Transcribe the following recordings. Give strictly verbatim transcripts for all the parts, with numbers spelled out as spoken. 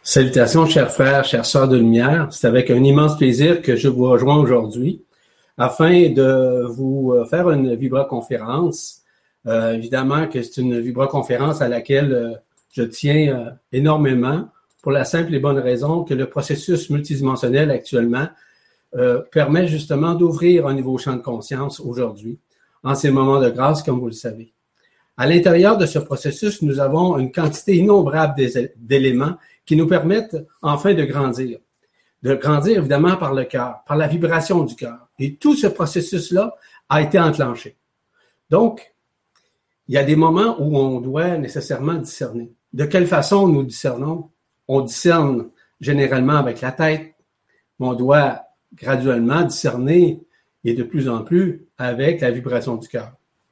Salutations, chers frères, chères sœurs de lumière. C'est avec un immense plaisir que je vous rejoins aujourd'hui afin de vous faire une vibra-conférence. Euh, évidemment que c'est une vibra-conférence à laquelle euh, je tiens euh, énormément pour la simple et bonne raison que le processus multidimensionnel actuellement euh, permet justement d'ouvrir un nouveau champ de conscience aujourd'hui, en ces moments de grâce, comme vous le savez. À l'intérieur de ce processus, nous avons une quantité innombrable d'éléments qui nous permettent enfin de grandir. De grandir, évidemment, par le cœur, par la vibration du cœur. Et tout ce processus-là a été enclenché. Donc, il y a des moments où on doit nécessairement discerner. De quelle façon nous discernons? On discerne généralement avec la tête, mais on doit graduellement discerner, et de plus en plus, avec la vibration du cœur.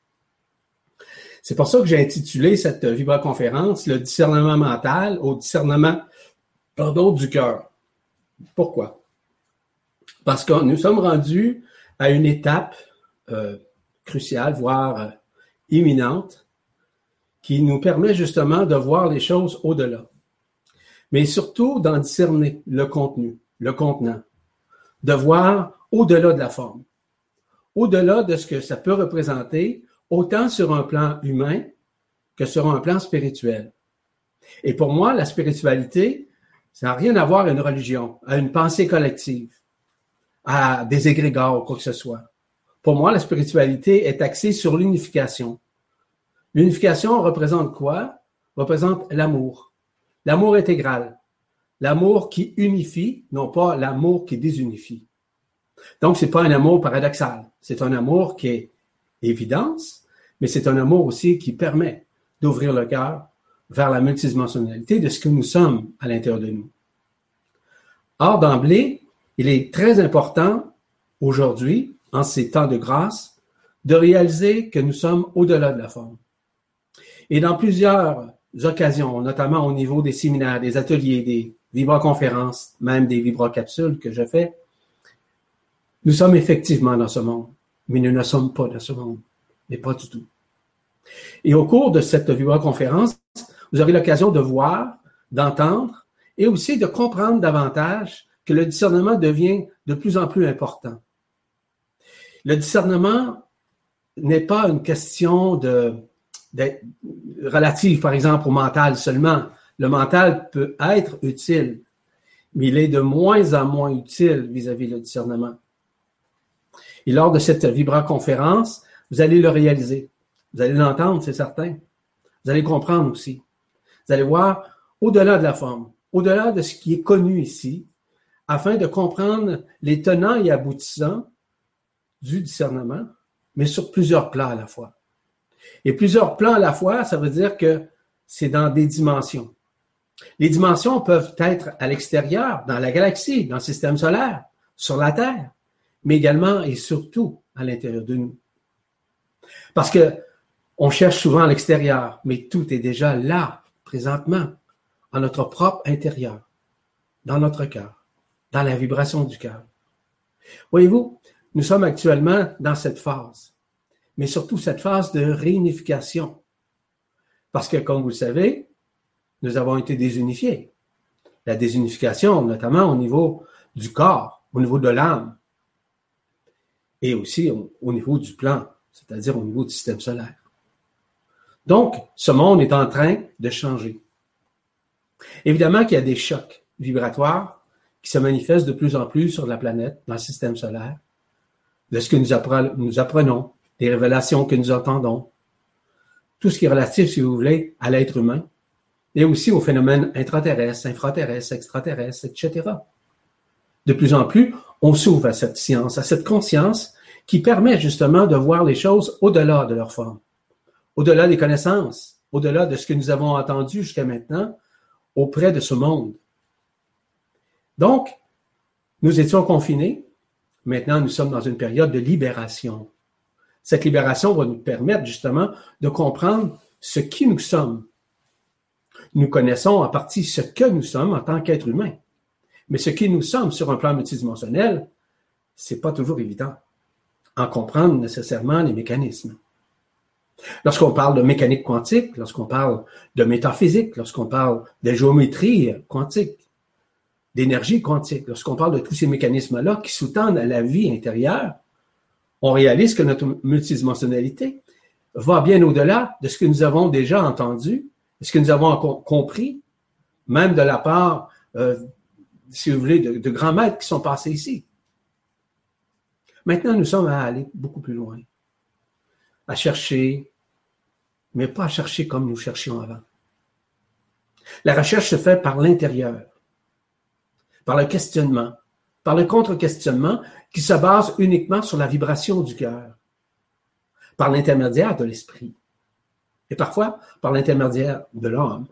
C'est pour ça que j'ai intitulé cette vibra-conférence « Le discernement mental au discernement pardon, du cœur ». Pourquoi? Parce que nous sommes rendus à une étape euh, cruciale, voire euh, imminente, qui nous permet justement de voir les choses au-delà. Mais surtout d'en discerner le contenu, le contenant, de voir au-delà de la forme, au-delà de ce que ça peut représenter, autant sur un plan humain que sur un plan spirituel. Et pour moi, la spiritualité, ça n'a rien à voir à une religion, à une pensée collective, à des égrégores ou quoi que ce soit. Pour moi, la spiritualité est axée sur l'unification. L'unification représente quoi? Représente l'amour. L'amour intégral. L'amour qui unifie, non pas l'amour qui désunifie. Donc, c'est pas un amour paradoxal. C'est un amour qui est évidence, mais c'est un amour aussi qui permet d'ouvrir le cœur vers la multidimensionnalité de ce que nous sommes à l'intérieur de nous. Or, d'emblée, il est très important aujourd'hui, en ces temps de grâce, de réaliser que nous sommes au-delà de la forme. Et dans plusieurs occasions, notamment au niveau des séminaires, des ateliers, des vibra-conférences, même des vibra-capsules que je fais, nous sommes effectivement dans ce monde, mais nous ne sommes pas dans ce monde, mais pas du tout. Et au cours de cette vibra-conférence, vous aurez l'occasion de voir, d'entendre et aussi de comprendre davantage que le discernement devient de plus en plus important. Le discernement n'est pas une question de, de relative, par exemple, au mental seulement. Le mental peut être utile, mais il est de moins en moins utile vis-à-vis du discernement. Et lors de cette vibra-conférence, vous allez le réaliser. Vous allez l'entendre, c'est certain. Vous allez comprendre aussi. Vous allez voir au-delà de la forme, au-delà de ce qui est connu ici, afin de comprendre les tenants et aboutissants du discernement, mais sur plusieurs plans à la fois. Et plusieurs plans à la fois, ça veut dire que c'est dans des dimensions. Les dimensions peuvent être à l'extérieur, dans la galaxie, dans le système solaire, sur la Terre, mais également et surtout à l'intérieur de nous. Parce que on cherche souvent à l'extérieur, mais tout est déjà là, présentement, en notre propre intérieur, dans notre cœur, dans la vibration du cœur. Voyez-vous, nous sommes actuellement dans cette phase, mais surtout cette phase de réunification. Parce que, comme vous le savez, nous avons été désunifiés. La désunification, notamment au niveau du corps, au niveau de l'âme, et aussi au, au niveau du plan, c'est-à-dire au niveau du système solaire. Donc, ce monde est en train de changer. Évidemment qu'il y a des chocs vibratoires qui se manifestent de plus en plus sur la planète, dans le système solaire, de ce que nous, apprenons, nous apprenons, des révélations que nous entendons, tout ce qui est relatif, si vous voulez, à l'être humain, et aussi aux phénomènes intraterrestres, infraterrestres, extraterrestres, et cetera. De plus en plus, on s'ouvre à cette science, à cette conscience qui permet justement de voir les choses au-delà de leur forme, au-delà des connaissances, au-delà de ce que nous avons entendu jusqu'à maintenant auprès de ce monde. Donc, nous étions confinés. Maintenant, nous sommes dans une période de libération. Cette libération va nous permettre justement de comprendre ce qui nous sommes. Nous connaissons en partie ce que nous sommes en tant qu'êtres humains. Mais ce qui nous sommes sur un plan multidimensionnel, c'est pas toujours évident. En comprendre nécessairement les mécanismes. Lorsqu'on parle de mécanique quantique, lorsqu'on parle de métaphysique, lorsqu'on parle de géométrie quantique, d'énergie quantique. Lorsqu'on parle de tous ces mécanismes-là qui sous-tendent à la vie intérieure, on réalise que notre multidimensionnalité va bien au-delà de ce que nous avons déjà entendu, de ce que nous avons compris, même de la part, euh, si vous voulez, de, de grands maîtres qui sont passés ici. Maintenant, nous sommes à aller beaucoup plus loin, à chercher, mais pas à chercher comme nous cherchions avant. La recherche se fait par l'intérieur, par le questionnement, par le contre-questionnement qui se base uniquement sur la vibration du cœur, par l'intermédiaire de l'esprit et parfois par l'intermédiaire de l'âme.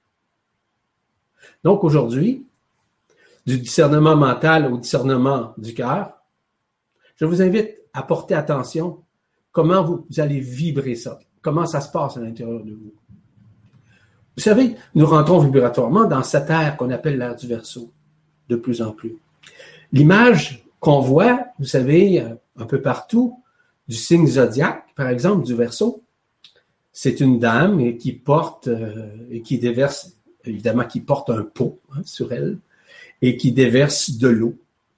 Donc aujourd'hui, du discernement mental au discernement du cœur, je vous invite à porter attention comment vous, vous allez vibrer ça, comment ça se passe à l'intérieur de vous. Vous savez, nous rentrons vibratoirement dans cette ère qu'on appelle l'ère du Verseau, de plus en plus. L'image qu'on voit, vous savez, un peu partout, du signe zodiaque, par exemple, du Verseau, c'est une dame qui porte euh, et qui déverse, évidemment, qui porte un pot hein, sur elle et qui déverse de l'eau.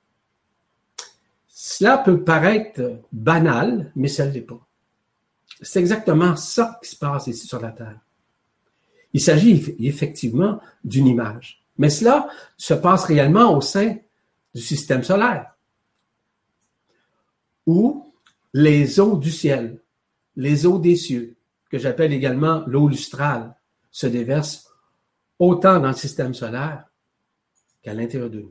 Cela peut paraître banal, mais ça ne l'est pas. C'est exactement ça qui se passe ici sur la Terre. Il s'agit effectivement d'une image. Mais cela se passe réellement au sein du système solaire, où les eaux du ciel, les eaux des cieux, que j'appelle également l'eau lustrale, se déversent autant dans le système solaire qu'à l'intérieur de nous.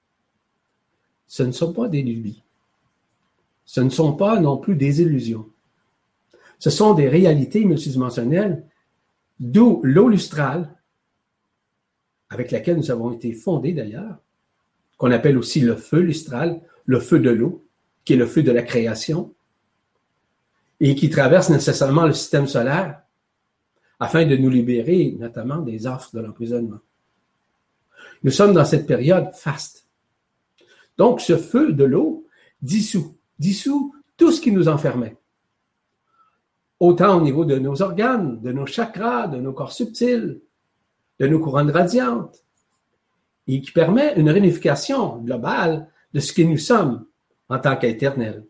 Ce ne sont pas des lubies. Ce ne sont pas non plus des illusions. Ce sont des réalités multidimensionnelles, d'où l'eau lustrale, avec laquelle nous avons été fondés d'ailleurs, qu'on appelle aussi le feu lustral, le feu de l'eau, qui est le feu de la création, et qui traverse nécessairement le système solaire afin de nous libérer notamment des affres de l'emprisonnement. Nous sommes dans cette période faste. Donc, ce feu de l'eau dissout, dissout tout ce qui nous enfermait. Autant au niveau de nos organes, de nos chakras, de nos corps subtils, de nos couronnes radiantes, et qui permet une réunification globale de ce que nous sommes en tant qu'éternels.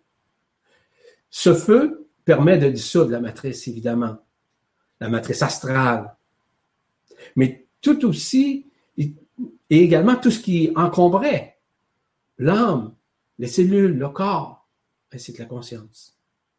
Ce feu permet de dissoudre la matrice, évidemment, la matrice astrale, mais tout aussi, et également tout ce qui encombrait l'âme, les cellules, le corps, ainsi que la conscience.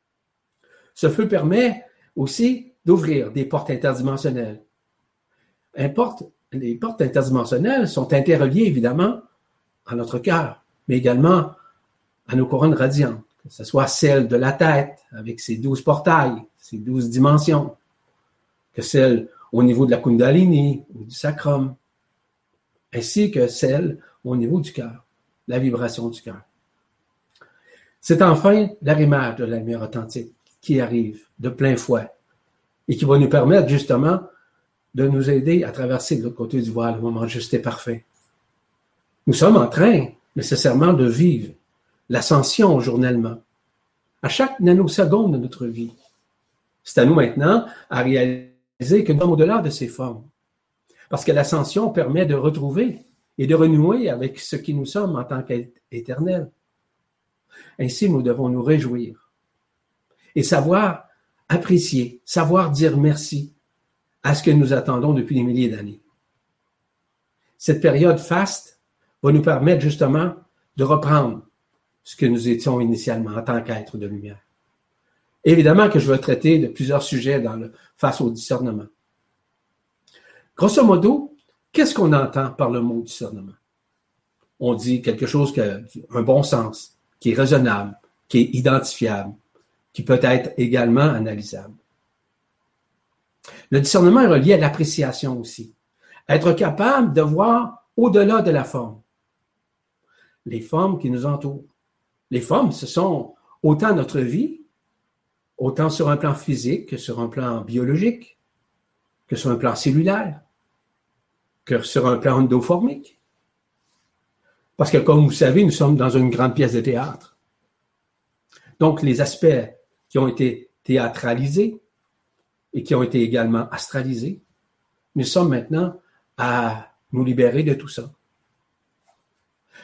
Ce feu permet aussi d'ouvrir des portes interdimensionnelles. Importe, les portes interdimensionnelles sont interreliées, évidemment, à notre cœur, mais également à nos couronnes radiantes, que ce soit celle de la tête, avec ses douze portails, ses douze dimensions, que celle au niveau de la Kundalini ou du sacrum, ainsi que celle au niveau du cœur, la vibration du cœur. C'est enfin l'arrimage de la lumière authentique qui arrive de plein fouet et qui va nous permettre justement de nous aider à traverser de l'autre côté du voile, le moment juste et parfait. Nous sommes en train nécessairement de vivre l'ascension journellement, à chaque nanoseconde de notre vie. C'est à nous maintenant à réaliser que nous sommes au-delà de ces formes, parce que l'ascension permet de retrouver et de renouer avec ce qui nous sommes en tant qu'éternels. Ainsi, nous devons nous réjouir et savoir apprécier, savoir dire merci à ce que nous attendons depuis des milliers d'années. Cette période faste va nous permettre justement de reprendre ce que nous étions initialement en tant qu'êtres de lumière. Évidemment que je vais traiter de plusieurs sujets dans le, face au discernement. Grosso modo, qu'est-ce qu'on entend par le mot discernement? On dit quelque chose qui a un bon sens, qui est raisonnable, qui est identifiable, qui peut être également analysable. Le discernement est relié à l'appréciation aussi. Être capable de voir au-delà de la forme. Les formes qui nous entourent. Les formes, ce sont autant notre vie, autant sur un plan physique que sur un plan biologique, que sur un plan cellulaire, que sur un plan endoformique. Parce que, comme vous savez, nous sommes dans une grande pièce de théâtre. Donc, les aspects qui ont été théâtralisés et qui ont été également astralisés, nous sommes maintenant à nous libérer de tout ça.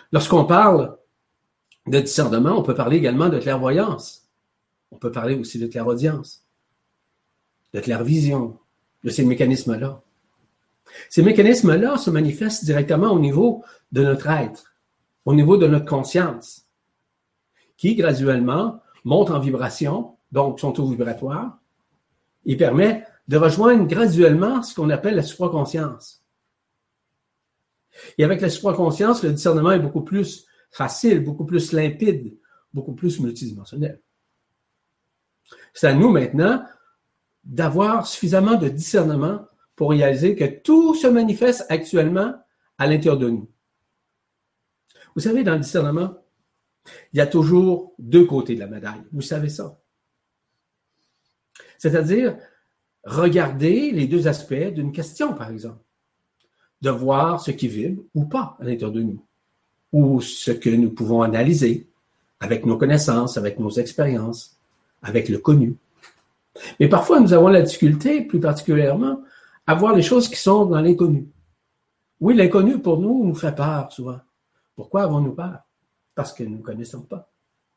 Lorsqu'on parle de discernement, on peut parler également de clairvoyance. On peut parler aussi de clairaudience, de clairvision, de ces mécanismes-là. Ces mécanismes-là se manifestent directement au niveau de notre être, au niveau de notre conscience, qui graduellement monte en vibration, donc son taux vibratoire, et permet de rejoindre graduellement ce qu'on appelle la supraconscience. Et avec la supraconscience, le discernement est beaucoup plus facile, beaucoup plus limpide, beaucoup plus multidimensionnel. C'est à nous maintenant d'avoir suffisamment de discernement pour réaliser que tout se manifeste actuellement à l'intérieur de nous. Vous savez, dans le discernement, il y a toujours deux côtés de la médaille. Vous savez ça. C'est-à-dire, regarder les deux aspects d'une question, par exemple. De voir ce qui vibre ou pas à l'intérieur de nous. Ou ce que nous pouvons analyser avec nos connaissances, avec nos expériences, avec le connu. Mais parfois, nous avons la difficulté, plus particulièrement, à voir les choses qui sont dans l'inconnu. Oui, l'inconnu, pour nous, nous fait peur souvent. Pourquoi avons-nous peur? Parce que nous ne connaissons pas.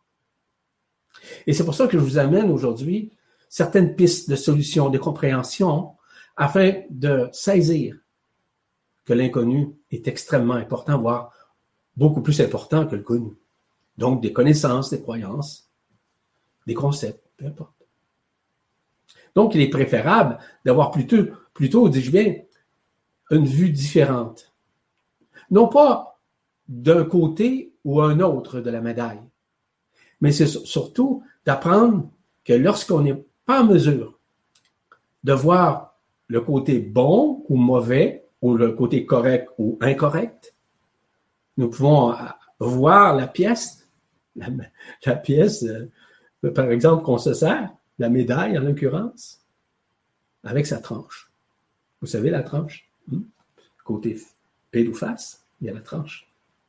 Et c'est pour ça que je vous amène aujourd'hui certaines pistes de solutions, de compréhension, afin de saisir que l'inconnu est extrêmement important, voire beaucoup plus important que le connu. Donc, des connaissances, des croyances, des concepts, peu importe. Donc, il est préférable d'avoir plutôt, plutôt, dis-je bien, une vue différente. Non pas d'un côté ou un autre de la médaille, mais c'est surtout d'apprendre que lorsqu'on n'est pas en mesure de voir le côté bon ou mauvais, ou le côté correct ou incorrect, nous pouvons voir la pièce, la, la pièce, euh, par exemple, qu'on se sert, la médaille en l'occurrence, avec sa tranche. Vous savez la tranche? Hmm? Côté pile ou face, il y a la tranche.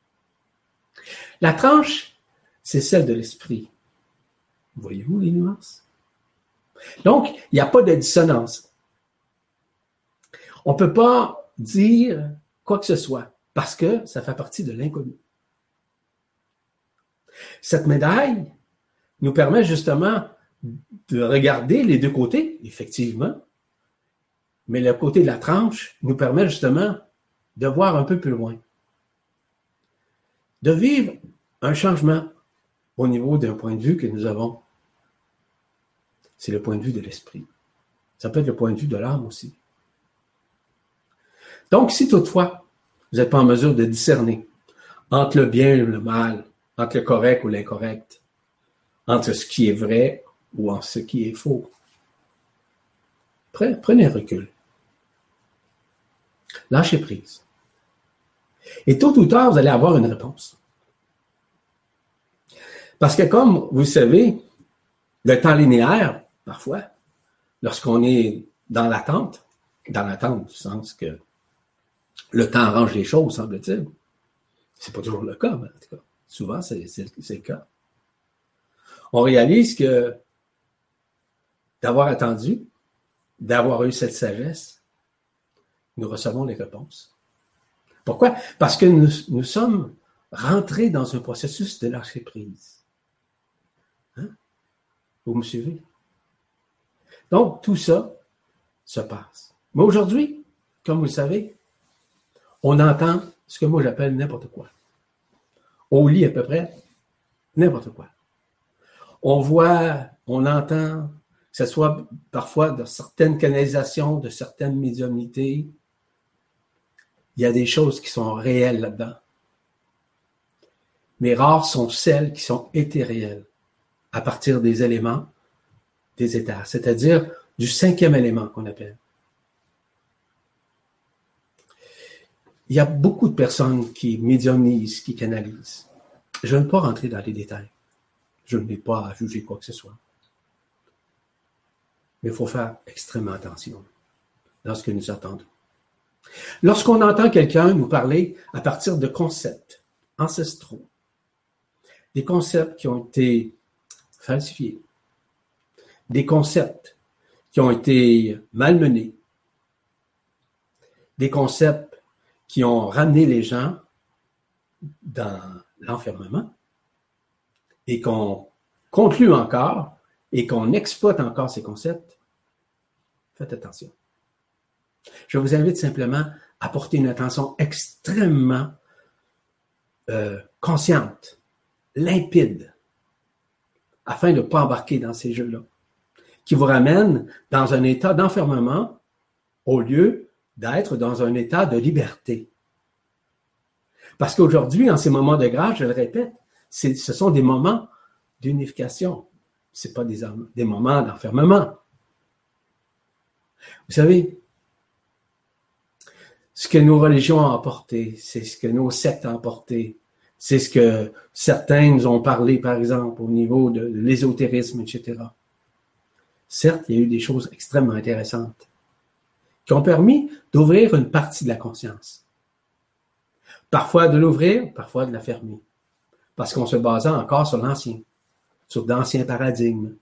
La tranche, c'est celle de l'esprit. Voyez-vous les nuances? Donc, il n'y a pas de dissonance. On ne peut pas dire quoi que ce soit parce que ça fait partie de l'inconnu. Cette médaille nous permet justement de regarder les deux côtés, effectivement, mais le côté de la tranche nous permet justement de voir un peu plus loin, de vivre un changement au niveau d'un point de vue que nous avons. C'est le point de vue de l'esprit. Ça peut être le point de vue de l'âme aussi. Donc, si toutefois, vous n'êtes pas en mesure de discerner entre le bien et le mal, entre le correct ou l'incorrect, entre ce qui est vrai ou en ce qui est faux, prenez un recul. Lâchez prise. Et tôt ou tard, vous allez avoir une réponse. Parce que comme vous le savez, le temps linéaire, parfois, lorsqu'on est dans l'attente, dans l'attente du sens que le temps arrange les choses, semble-t-il. C'est pas toujours le cas, mais en tout cas, souvent, c'est, c'est, c'est le cas. On réalise que d'avoir attendu, d'avoir eu cette sagesse, nous recevons les réponses. Pourquoi? Parce que nous, nous sommes rentrés dans un processus de lâcher prise. Hein? Vous me suivez? Donc, tout ça se passe. Mais aujourd'hui, comme vous le savez, on entend ce que moi j'appelle n'importe quoi. On lit à peu près n'importe quoi. On voit, on entend, que ce soit parfois de certaines canalisations, de certaines médiumnités, il y a des choses qui sont réelles là-dedans. Mais rares sont celles qui sont éthérielles à partir des éléments, des états, c'est-à-dire du cinquième élément qu'on appelle. Il y a beaucoup de personnes qui médiumnisent, qui canalisent. Je ne vais pas rentrer dans les détails. Je n'ai pas à juger quoi que ce soit. Mais il faut faire extrêmement attention dans ce que nous attendons. Lorsqu'on entend quelqu'un nous parler à partir de concepts ancestraux, des concepts qui ont été falsifiés, des concepts qui ont été malmenés, des concepts qui ont ramené les gens dans l'enfermement et qu'on conclut encore et qu'on exploite encore ces concepts, faites attention. Je vous invite simplement à porter une attention extrêmement euh, consciente, limpide, afin de ne pas embarquer dans ces jeux-là, qui vous ramènent dans un état d'enfermement au lieu d'être dans un état de liberté. Parce qu'aujourd'hui, en ces moments de grâce, je le répète, c'est, ce sont des moments d'unification. Ce n'est pas des, des moments d'enfermement. Vous savez, ce que nos religions ont apporté, c'est ce que nos sectes ont apporté, c'est ce que certains nous ont parlé, par exemple, au niveau de l'ésotérisme, et cetera. Certes, il y a eu des choses extrêmement intéressantes qui ont permis d'ouvrir une partie de la conscience. Parfois de l'ouvrir, parfois de la fermer. Parce qu'on se basait encore sur l'ancien, sur d'anciens paradigmes.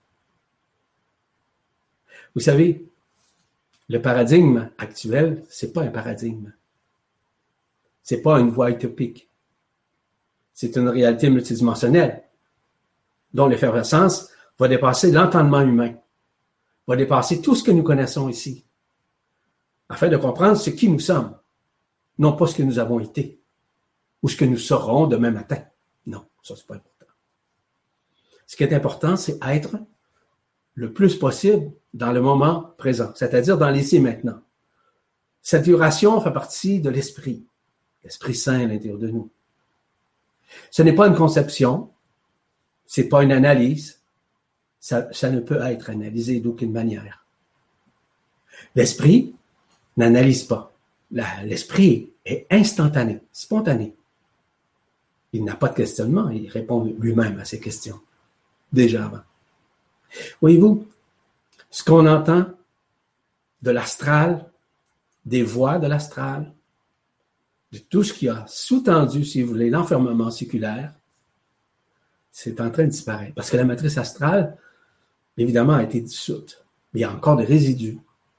Vous savez, le paradigme actuel, c'est pas un paradigme. C'est pas une voie utopique. C'est une réalité multidimensionnelle dont l'effervescence va dépasser l'entendement humain, va dépasser tout ce que nous connaissons ici, afin de comprendre ce qui nous sommes, non pas ce que nous avons été, ou ce que nous serons demain matin. Non, ça c'est pas important. Ce qui est important, c'est être le plus possible dans le moment présent, c'est-à-dire dans l'ici et maintenant. Cette vibration fait partie de l'esprit, l'Esprit Saint à l'intérieur de nous. Ce n'est pas une conception, c'est pas une analyse, ça, ça ne peut être analysé d'aucune manière. L'esprit n'analyse pas. La, l'esprit est instantané, spontané. Il n'a pas de questionnement, il répond lui-même à ces questions, déjà avant. Voyez-vous, ce qu'on entend de l'astral, des voix de l'astral, de tout ce qui a sous-tendu, si vous voulez, l'enfermement séculaire, c'est en train de disparaître. Parce que la matrice astrale, évidemment, a été dissoute. Mais il y a encore des résidus.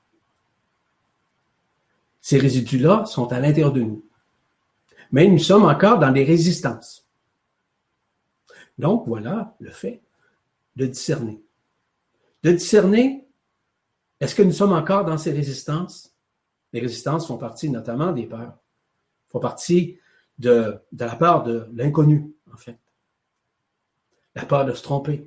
Ces résidus-là sont à l'intérieur de nous. Mais nous sommes encore dans des résistances. Donc, voilà le fait de discerner. De discerner, est-ce que nous sommes encore dans ces résistances? Les résistances font partie notamment des peurs. Font partie de, de la peur de l'inconnu, en fait. La peur de se tromper.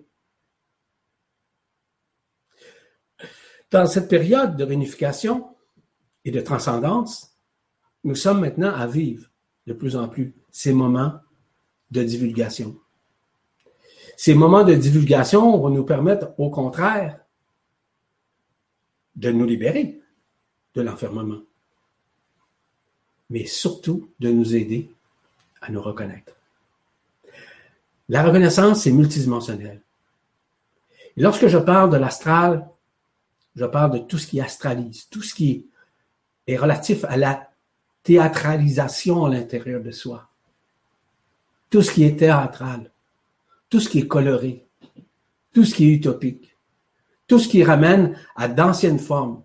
Dans cette période de réunification et de transcendance, nous sommes maintenant à vivre de plus en plus ces moments de divulgation. Ces moments de divulgation vont nous permettre, au contraire, de nous libérer de l'enfermement, mais surtout de nous aider à nous reconnaître. La reconnaissance est multidimensionnelle. Et lorsque je parle de l'astral, je parle de tout ce qui astralise, tout ce qui est relatif à la théâtralisation à l'intérieur de soi. Tout ce qui est théâtral, tout ce qui est coloré, tout ce qui est utopique, tout ce qui ramène à d'anciennes formes.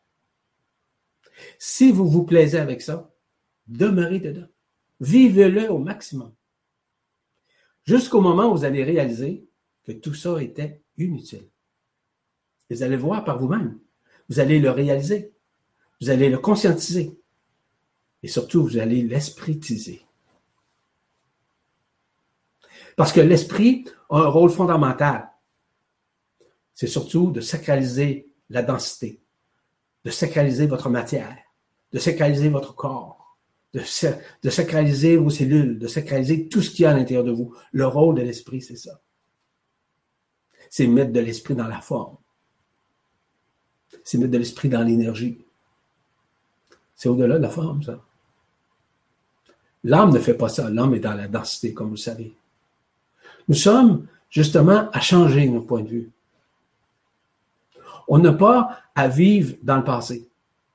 Si vous vous plaisez avec ça, demeurez dedans. Vivez-le au maximum. Jusqu'au moment où vous allez réaliser que tout ça était inutile. Vous allez le voir par vous-même. Vous allez le réaliser. Vous allez le conscientiser. Et surtout, vous allez l'espritiser. Parce que l'esprit a un rôle fondamental. C'est surtout de sacraliser la densité, de sacraliser votre matière, de sacraliser votre corps, de, de sacraliser vos cellules, de sacraliser tout ce qu'il y a à l'intérieur de vous. Le rôle de l'esprit, c'est ça. C'est mettre de l'esprit dans la forme. C'est mettre de l'esprit dans l'énergie. C'est au-delà de la forme, ça. L'âme ne fait pas ça. L'âme est dans la densité, comme vous le savez. Nous sommes, justement, à changer nos points de vue. On n'a pas à vivre dans le passé.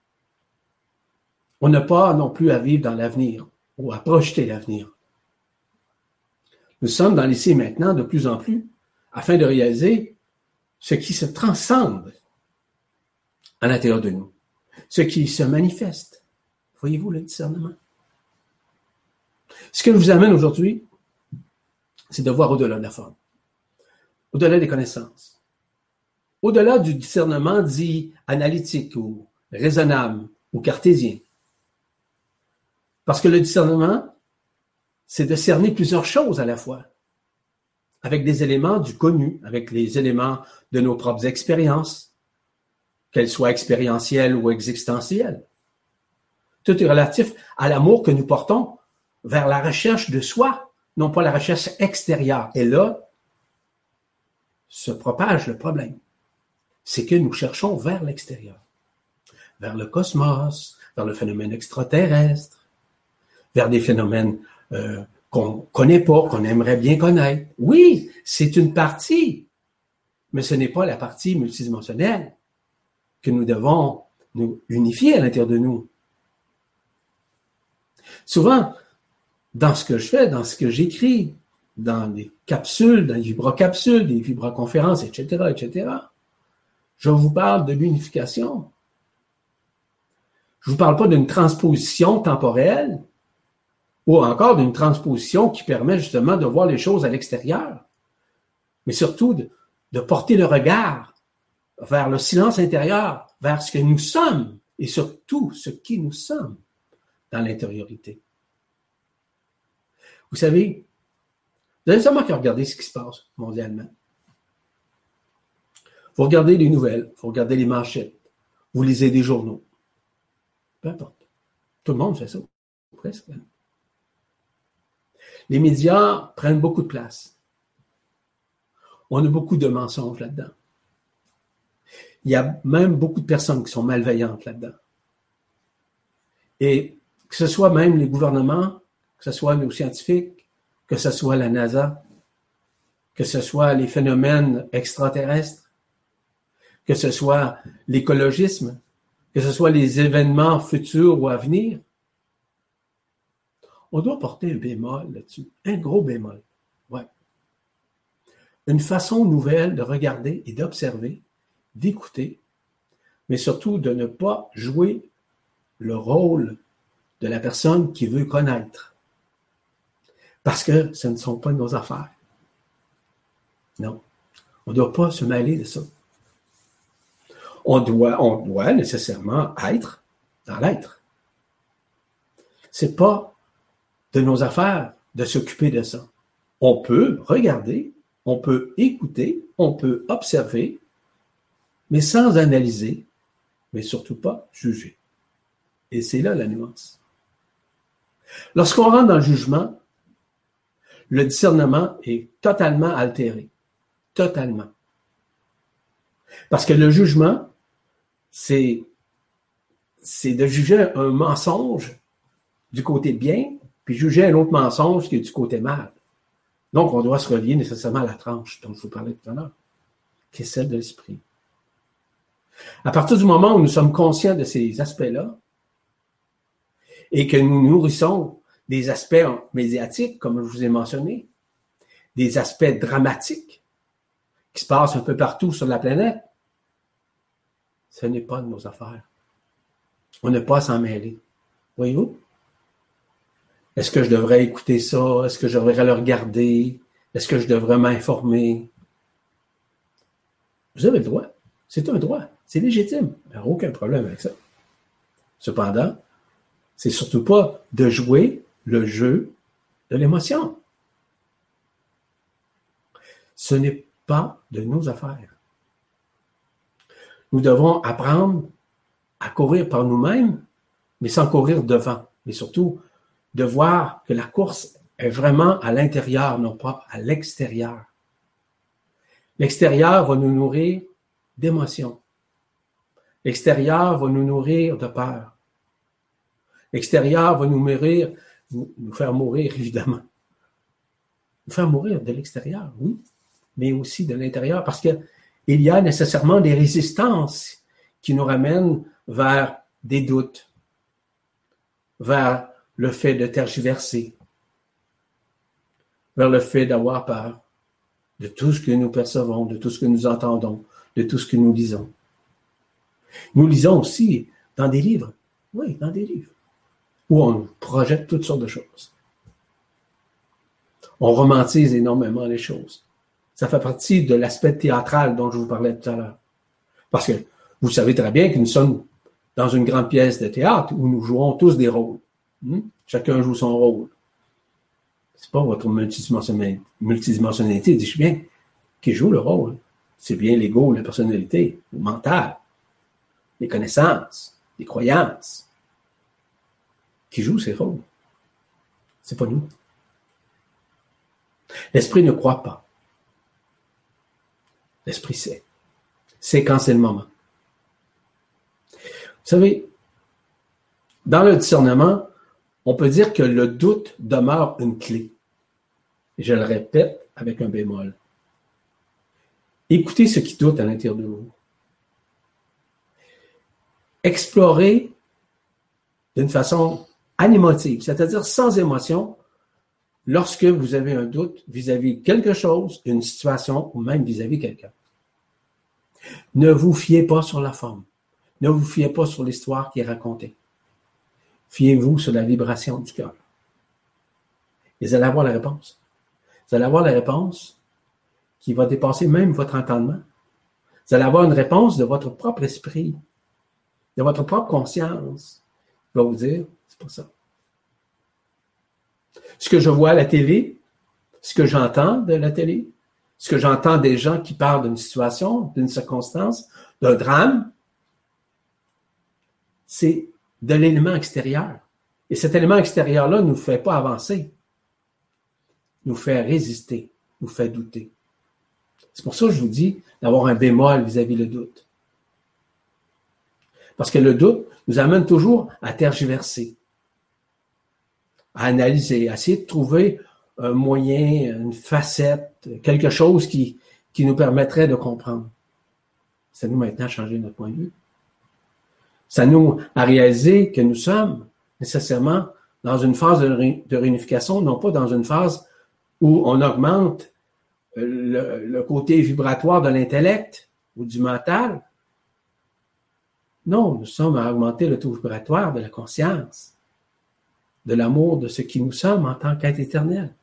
On n'a pas non plus à vivre dans l'avenir ou à projeter l'avenir. Nous sommes dans l'ici et maintenant de plus en plus afin de réaliser ce qui se transcende à l'intérieur de nous, ce qui se manifeste. Voyez-vous le discernement? Ce que je vous amène aujourd'hui, c'est de voir au-delà de la forme, au-delà des connaissances, au-delà du discernement dit analytique ou raisonnable ou cartésien. Parce que le discernement, c'est de cerner plusieurs choses à la fois, avec des éléments du connu, avec les éléments de nos propres expériences, qu'elles soient expérientielles ou existentielles. Tout est relatif à l'amour que nous portons vers la recherche de soi, non pas la recherche extérieure. Et là, se propage le problème. C'est que nous cherchons vers l'extérieur, vers le cosmos, vers le phénomène extraterrestre, vers des phénomènes euh, qu'on connaît pas, qu'on aimerait bien connaître. Oui, c'est une partie, mais ce n'est pas la partie multidimensionnelle que nous devons nous unifier à l'intérieur de nous. Souvent, dans ce que je fais, dans ce que j'écris, dans des capsules, dans les vibrocapsules, des vibroconférences, et cetera, et cetera, je vous parle de l'unification. Je ne vous parle pas d'une transposition temporelle ou encore d'une transposition qui permet justement de voir les choses à l'extérieur, mais surtout de, de porter le regard vers le silence intérieur, vers ce que nous sommes et surtout ce qui nous sommes dans l'intériorité. Vous savez, vous avez seulement qu'à regarder ce qui se passe mondialement. Vous regardez les nouvelles, vous regardez les manchettes, vous lisez des journaux. Peu importe. Tout le monde fait ça, presque. Les médias prennent beaucoup de place. On a beaucoup de mensonges là-dedans. Il y a même beaucoup de personnes qui sont malveillantes là-dedans. Et que ce soit même les gouvernements, que ce soit nos scientifiques, que ce soit la NASA, que ce soit les phénomènes extraterrestres, que ce soit l'écologisme, que ce soit les événements futurs ou à venir, on doit porter un bémol là-dessus, un gros bémol. Ouais. Une façon nouvelle de regarder et d'observer, d'écouter, mais surtout de ne pas jouer le rôle de la personne qui veut connaître. Parce que ce ne sont pas nos affaires. Non. On ne doit pas se mêler de ça. On doit, on doit nécessairement être dans l'être. C'est pas de nos affaires de s'occuper de ça. On peut regarder, on peut écouter, on peut observer, mais sans analyser, mais surtout pas juger. Et c'est là la nuance. Lorsqu'on rentre dans le jugement, le discernement est totalement altéré. Totalement. Parce que le jugement, c'est, c'est de juger un mensonge du côté bien, puis juger un autre mensonge qui est du côté mal. Donc, on doit se relier nécessairement à la tranche dont je vous parlais tout à l'heure, qui est celle de l'esprit. À partir du moment où nous sommes conscients de ces aspects-là, et que nous nourrissons des aspects médiatiques, comme je vous ai mentionné, des aspects dramatiques qui se passent un peu partout sur la planète, ce n'est pas de nos affaires. On n'a pas à s'en mêler. Voyez-vous? Est-ce que je devrais écouter ça? Est-ce que je devrais le regarder? Est-ce que je devrais m'informer? Vous avez le droit. C'est un droit. C'est légitime. Il n'y a aucun problème avec ça. Cependant, c'est surtout pas de jouer le jeu de l'émotion. Ce n'est pas de nos affaires. Nous devons apprendre à courir par nous-mêmes, mais sans courir devant. Mais surtout, de voir que la course est vraiment à l'intérieur, non pas à l'extérieur. L'extérieur va nous nourrir d'émotions. L'extérieur va nous nourrir de peur. L'extérieur va nous mourir, nous faire mourir, évidemment. Nous faire mourir de l'extérieur, oui, mais aussi de l'intérieur, parce qu'il y a nécessairement des résistances qui nous ramènent vers des doutes, vers le fait de tergiverser, vers le fait d'avoir peur de tout ce que nous percevons, de tout ce que nous entendons, de tout ce que nous lisons. Nous lisons aussi dans des livres, oui, dans des livres, où on projette toutes sortes de choses. On romantise énormément les choses. Ça fait partie de l'aspect théâtral dont je vous parlais tout à l'heure. Parce que vous savez très bien que nous sommes dans une grande pièce de théâtre où nous jouons tous des rôles. Hmm? Chacun joue son rôle. C'est pas votre multidimensionnalité, multidimensionnalité, dis-je bien, qui joue le rôle. C'est bien l'ego, la personnalité, le mental, les connaissances, les croyances qui jouent ces rôles. C'est pas nous. L'esprit ne croit pas. L'esprit sait. C'est quand c'est le moment. Vous savez, dans le discernement, on peut dire que le doute demeure une clé. Et je le répète avec un bémol. Écoutez ce qui doute à l'intérieur de vous. Explorez d'une façon animative, c'est-à-dire sans émotion, lorsque vous avez un doute vis-à-vis quelque chose, une situation ou même vis-à-vis quelqu'un. Ne vous fiez pas sur la forme. Ne vous fiez pas sur l'histoire qui est racontée. Fiez-vous sur la vibration du cœur. Et vous allez avoir la réponse. Vous allez avoir la réponse qui va dépasser même votre entendement. Vous allez avoir une réponse de votre propre esprit, de votre propre conscience. Il va vous dire, c'est pas ça. Ce que je vois à la télé, ce que j'entends de la télé, ce que j'entends des gens qui parlent d'une situation, d'une circonstance, d'un drame, c'est de l'élément extérieur. Et cet élément extérieur-là ne nous fait pas avancer, nous fait résister, nous fait douter. C'est pour ça que je vous dis d'avoir un bémol vis-à-vis le doute. Parce que le doute nous amène toujours à tergiverser, à analyser, à essayer de trouver un moyen, une facette, quelque chose qui, qui nous permettrait de comprendre. Ça nous maintenant changer notre point de vue. Ça nous a réalisé que nous sommes nécessairement dans une phase de, ré, de réunification, non pas dans une phase où on augmente le, le côté vibratoire de l'intellect ou du mental. Non, nous sommes à augmenter le taux vibratoire de la conscience, de l'amour de ce qui nous sommes en tant qu'être éternel.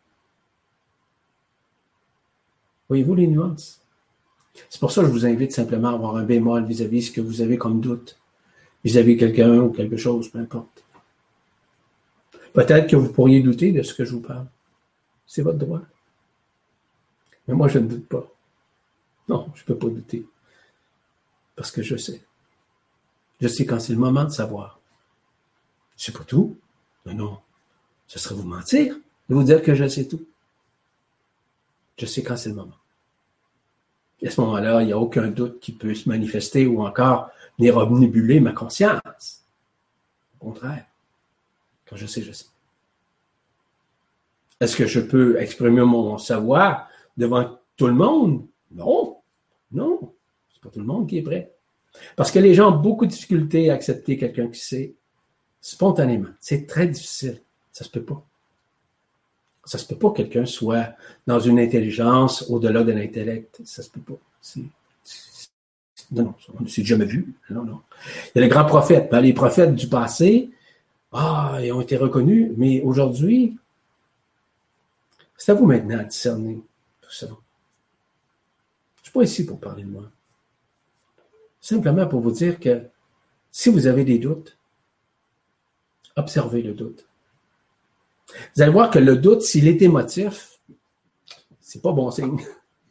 Voyez-vous les nuances? C'est pour ça que je vous invite simplement à avoir un bémol vis-à-vis de ce que vous avez comme doute, vis-à-vis de quelqu'un ou quelque chose, peu importe. Peut-être que vous pourriez douter de ce que je vous parle. C'est votre droit. Mais moi, je ne doute pas. Non, je ne peux pas douter. Parce que je sais. Je sais quand c'est le moment de savoir. Je sais pas tout. Mais non, ce serait vous mentir de vous dire que je sais tout. Je sais quand c'est le moment. Et à ce moment-là, il n'y a aucun doute qui peut se manifester ou encore venir omnibuler ma conscience. Au contraire, quand je sais, je sais. Est-ce que je peux exprimer mon savoir devant tout le monde? Non, non, c'est pas tout le monde qui est prêt. Parce que les gens ont beaucoup de difficultés à accepter quelqu'un qui sait spontanément. C'est très difficile. Ça se peut pas. Ça se peut pas que quelqu'un soit dans une intelligence au-delà de l'intellect. Ça se peut pas. C'est, c'est, non, non, on ne s'est jamais vu. Non, non. Il y a les grands prophètes. Ben, les prophètes du passé, ah, ils ont été reconnus, mais aujourd'hui, c'est à vous maintenant à discerner tout ça. Je ne suis pas ici pour parler de moi. Simplement pour vous dire que si vous avez des doutes, observez le doute. Vous allez voir que le doute, s'il est émotif, c'est pas bon signe.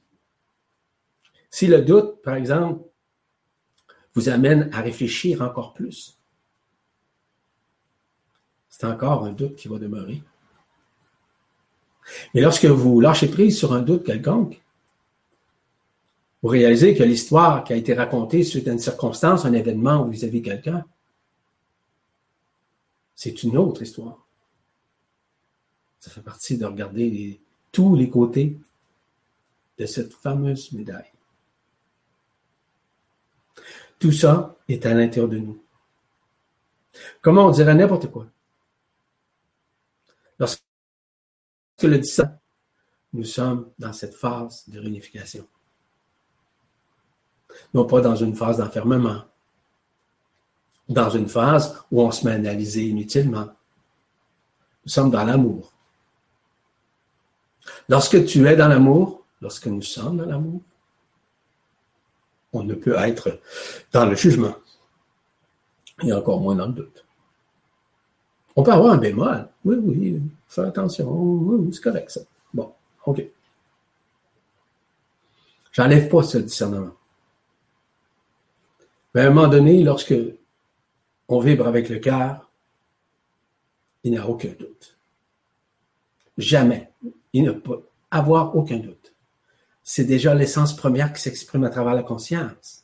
Si le doute, par exemple, vous amène à réfléchir encore plus, c'est encore un doute qui va demeurer. Mais lorsque vous lâchez prise sur un doute quelconque, vous réalisez que l'histoire qui a été racontée suite à une circonstance, un événement ou vis-à-vis quelqu'un, c'est une autre histoire. Ça fait partie de regarder les, tous les côtés de cette fameuse médaille. Tout ça est à l'intérieur de nous. Comment on dirait n'importe quoi? Lorsque le dit ça, nous sommes dans cette phase de réunification. Non pas dans une phase d'enfermement, dans une phase où on se met à analyser inutilement. Nous sommes dans l'amour. Lorsque tu es dans l'amour, lorsque nous sommes dans l'amour, on ne peut être dans le jugement et encore moins dans le doute. On peut avoir un bémol. Oui, oui, fais attention. Oui, oui, c'est correct ça. Bon, OK. J'enlève pas ce discernement. Mais à un moment donné, lorsque on vibre avec le cœur, il n'y a aucun doute. Jamais. Il ne peut avoir aucun doute. C'est déjà l'essence première qui s'exprime à travers la conscience.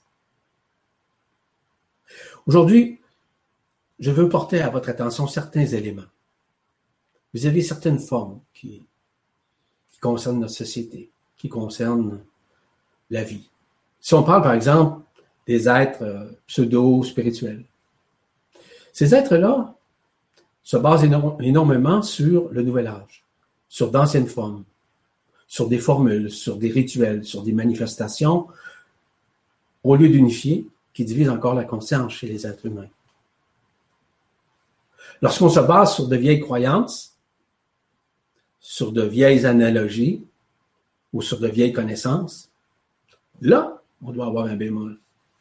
Aujourd'hui, je veux porter à votre attention certains éléments. Vous avez certaines formes qui, qui concernent notre société, qui concernent la vie. Si on parle, par exemple, des êtres pseudo-spirituels, ces êtres-là se basent éno- énormément sur le nouvel âge, sur d'anciennes formes, sur des formules, sur des rituels, sur des manifestations, au lieu d'unifier, qui divisent encore la conscience chez les êtres humains. Lorsqu'on se base sur de vieilles croyances, sur de vieilles analogies ou sur de vieilles connaissances, là, on doit avoir un bémol.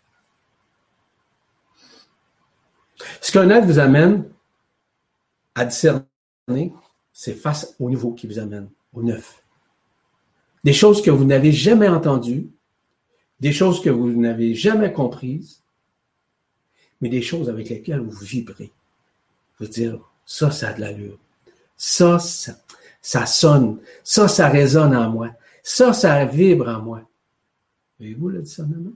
Ce qu'un être vous amène à discerner, c'est face au nouveau qui vous amène, au neuf. Des choses que vous n'avez jamais entendues, des choses que vous n'avez jamais comprises, mais des choses avec lesquelles vous vibrez. Vous dire, ça, ça a de l'allure. Ça, ça, ça sonne. Ça, ça résonne en moi. Ça, ça vibre en moi. Voyez-vous le discernement?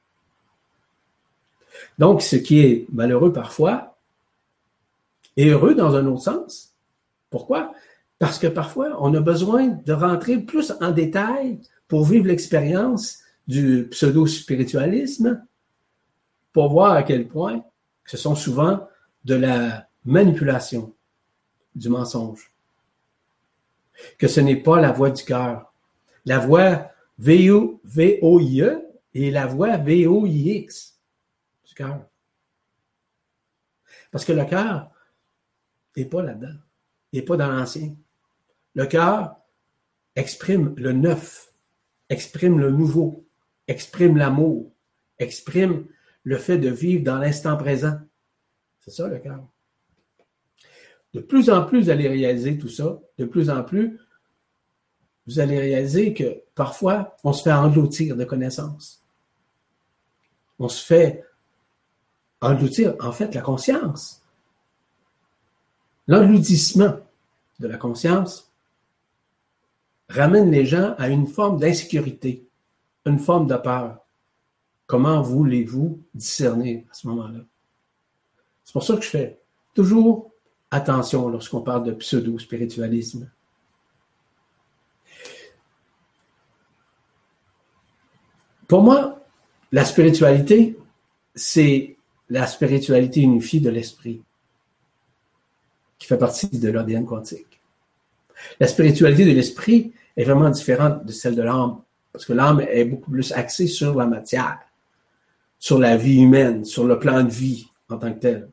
Donc, ce qui est malheureux parfois est heureux dans un autre sens. Pourquoi? Parce que parfois, on a besoin de rentrer plus en détail pour vivre l'expérience du pseudo-spiritualisme, pour voir à quel point ce sont souvent de la manipulation, du mensonge. Que ce n'est pas la voix du cœur. La voix V O I E et la voix V O I X du cœur. Parce que le cœur n'est pas là-dedans. Il n'est pas dans l'ancien. Le cœur exprime le neuf, exprime le nouveau, exprime l'amour, exprime le fait de vivre dans l'instant présent. C'est ça le cœur. De plus en plus, vous allez réaliser tout ça. De plus en plus, vous allez réaliser que parfois, on se fait engloutir de connaissances. On se fait engloutir, en fait, la conscience. L'engloutissement de la conscience ramène les gens à une forme d'insécurité, une forme de peur. Comment voulez-vous discerner à ce moment-là? C'est pour ça que je fais toujours attention lorsqu'on parle de pseudo-spiritualisme. Pour moi, la spiritualité, c'est la spiritualité unifiée de l'esprit, qui fait partie de l'A D N quantique. La spiritualité de l'esprit est vraiment différente de celle de l'âme, parce que l'âme est beaucoup plus axée sur la matière, sur la vie humaine, sur le plan de vie en tant que tel.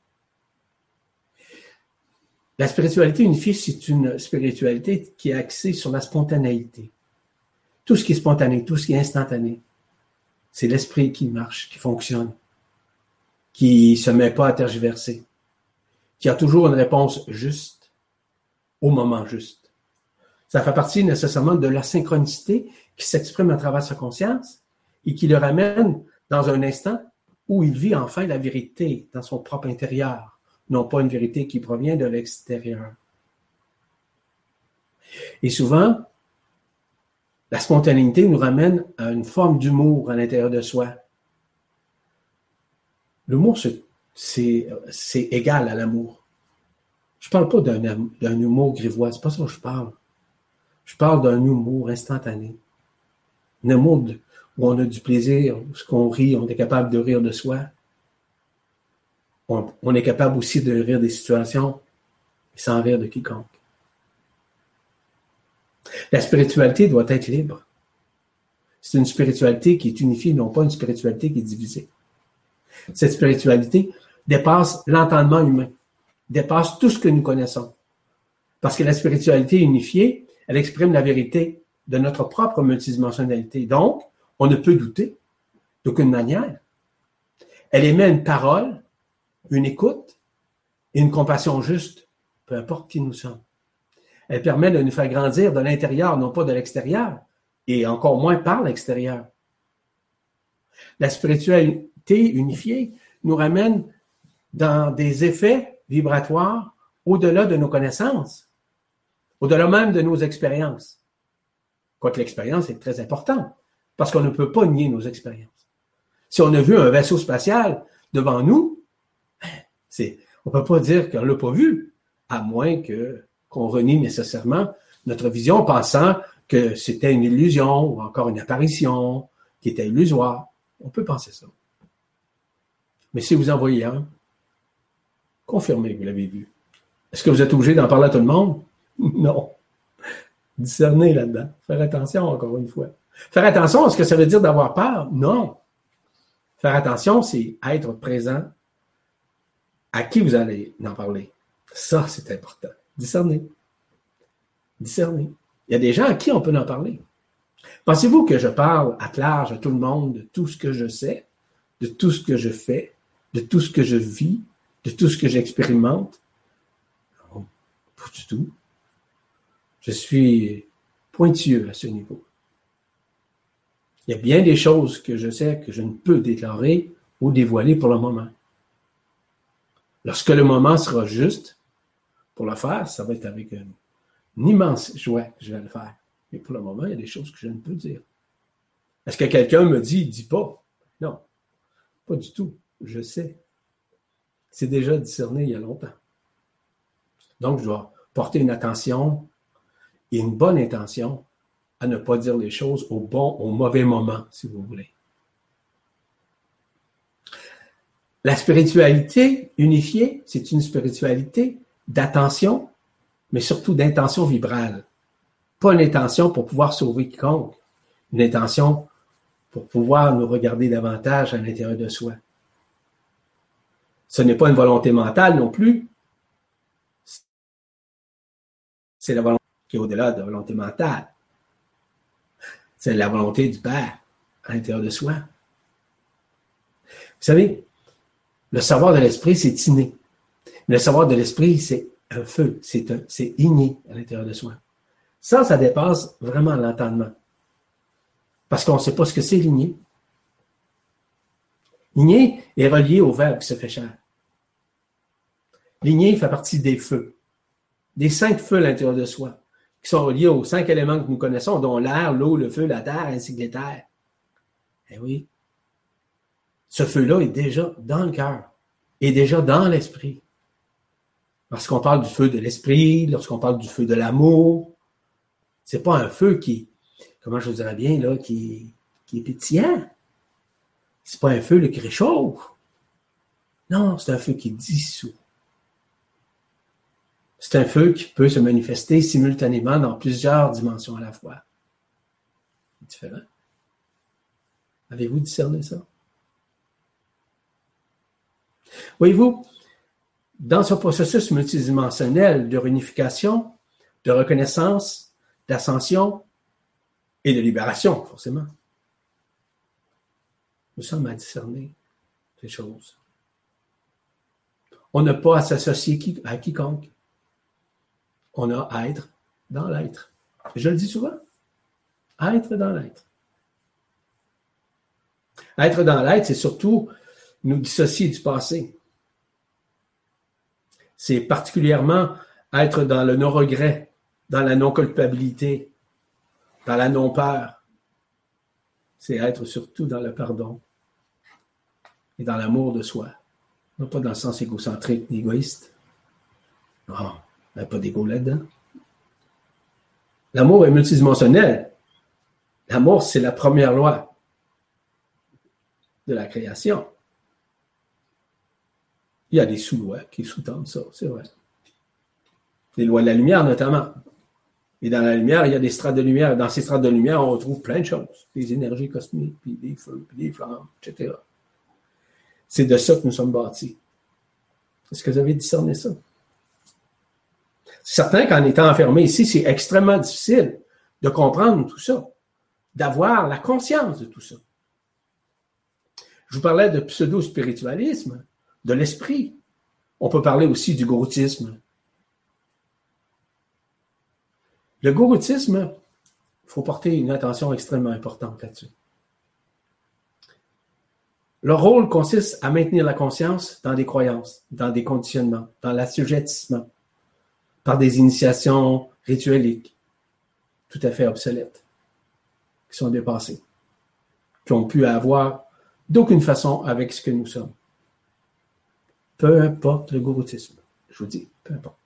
La spiritualité unifiée, c'est une spiritualité qui est axée sur la spontanéité. Tout ce qui est spontané, tout ce qui est instantané, c'est l'esprit qui marche, qui fonctionne, qui ne se met pas à tergiverser, qui a toujours une réponse juste, au moment juste. Ça fait partie nécessairement de la synchronicité qui s'exprime à travers sa conscience et qui le ramène dans un instant où il vit enfin la vérité dans son propre intérieur, non pas une vérité qui provient de l'extérieur. Et souvent, la spontanéité nous ramène à une forme d'humour à l'intérieur de soi. L'humour, c'est, c'est, c'est égal à l'amour. Je ne parle pas d'un, d'un humour grivois, c'est pas ça que je parle. Je parle d'un humour instantané. Un humour de, où on a du plaisir, où on rit, on est capable de rire de soi. On, on est capable aussi de rire des situations sans rire de quiconque. La spiritualité doit être libre. C'est une spiritualité qui est unifiée, non pas une spiritualité qui est divisée. Cette spiritualité dépasse l'entendement humain, dépasse tout ce que nous connaissons. Parce que la spiritualité unifiée Elle exprime la vérité de notre propre multidimensionnalité. Donc, on ne peut douter d'aucune manière. Elle émet une parole, une écoute et une compassion juste, peu importe qui nous sommes. Elle permet de nous faire grandir de l'intérieur, non pas de l'extérieur, et encore moins par l'extérieur. La spiritualité unifiée nous ramène dans des effets vibratoires au-delà de nos connaissances, au-delà même de nos expériences. Quoique l'expérience est très importante, parce qu'on ne peut pas nier nos expériences. Si on a vu un vaisseau spatial devant nous, c'est, on ne peut pas dire qu'on ne l'a pas vu, à moins que, qu'on renie nécessairement notre vision, pensant que c'était une illusion ou encore une apparition qui était illusoire. On peut penser ça. Mais si vous en voyez un, confirmez que vous l'avez vu. Est-ce que vous êtes obligé d'en parler à tout le monde? Non. Discerner là-dedans. Faire attention, encore une fois. Faire attention à ce que ça veut dire d'avoir peur? Non. Faire attention, c'est être présent à qui vous allez en parler. Ça, c'est important. Discerner. Discerner. Il y a des gens à qui on peut en parler. Pensez-vous que je parle à large à tout le monde de tout ce que je sais, de tout ce que je fais, de tout ce que je vis, de tout ce que j'expérimente? Non, pas du tout. Je suis pointilleux à ce niveau. Il y a bien des choses que je sais que je ne peux déclarer ou dévoiler pour le moment. Lorsque le moment sera juste pour le faire, ça va être avec une, une immense joie que je vais le faire. Mais pour le moment, il y a des choses que je ne peux dire. Est-ce que quelqu'un me dit, dis pas? Non, pas du tout. Je sais. C'est déjà discerné il y a longtemps. Donc, je dois porter une attention et une bonne intention à ne pas dire les choses au bon, au mauvais moment, si vous voulez. La spiritualité unifiée, c'est une spiritualité d'attention, mais surtout d'intention vibrale. Pas une intention pour pouvoir sauver quiconque, une intention pour pouvoir nous regarder davantage à l'intérieur de soi. Ce n'est pas une volonté mentale non plus. C'est la volonté qui est au-delà de la volonté mentale. C'est la volonté du Père à l'intérieur de soi. Vous savez, le savoir de l'esprit, c'est inné. Mais le savoir de l'esprit, c'est un feu, c'est, un, c'est inné à l'intérieur de soi. Ça, ça dépasse vraiment l'entendement. Parce qu'on ne sait pas ce que c'est l'inné. L'inné est relié au Verbe qui se fait chair. L'inné fait partie des feux, des cinq feux à l'intérieur de soi, qui sont reliés aux cinq éléments que nous connaissons, dont l'air, l'eau, le feu, la terre, ainsi que l'éther. Eh oui, ce feu-là est déjà dans le cœur, est déjà dans l'esprit. Lorsqu'on parle du feu de l'esprit, lorsqu'on parle du feu de l'amour, c'est pas un feu qui, comment je vous dirais bien, là, qui, qui est pétillant. C'est pas un feu là, qui réchauffe. Non, c'est un feu qui dissout. C'est un feu qui peut se manifester simultanément dans plusieurs dimensions à la fois. C'est différent. Avez-vous discerné ça? Voyez-vous, dans ce processus multidimensionnel de réunification, de reconnaissance, d'ascension et de libération, forcément, nous sommes à discerner ces choses. On n'a pas à s'associer à quiconque. On a à être dans l'être. Je le dis souvent, être dans l'être. Être dans l'être, c'est surtout nous dissocier du passé. C'est particulièrement être dans le non-regret, dans la non-culpabilité, dans la non-peur. C'est être surtout dans le pardon et dans l'amour de soi. Non pas dans le sens égocentrique ni égoïste. Non, il n'y a pas d'ego là-dedans. L'amour est multidimensionnel. L'amour, c'est la première loi de la création. Il y a des sous-lois qui sous-tendent ça, c'est vrai. Les lois de la lumière, notamment. Et dans la lumière, il y a des strates de lumière. Dans ces strates de lumière, on retrouve plein de choses. Des énergies cosmiques, puis des feux, puis des flammes, et cetera. C'est de ça que nous sommes bâtis. Est-ce que vous avez discerné ça? C'est certain qu'en étant enfermé ici, c'est extrêmement difficile de comprendre tout ça, d'avoir la conscience de tout ça. Je vous parlais de pseudo-spiritualisme, de l'esprit. On peut parler aussi du gouroutisme. Le gouroutisme, il faut porter une attention extrêmement importante là-dessus. Leur rôle consiste à maintenir la conscience dans des croyances, dans des conditionnements, dans l'assujettissement, par des initiations ritueliques, tout à fait obsolètes, qui sont dépassées, qui ont pu avoir d'aucune façon avec ce que nous sommes. Peu importe le gouroutisme, je vous dis, peu importe.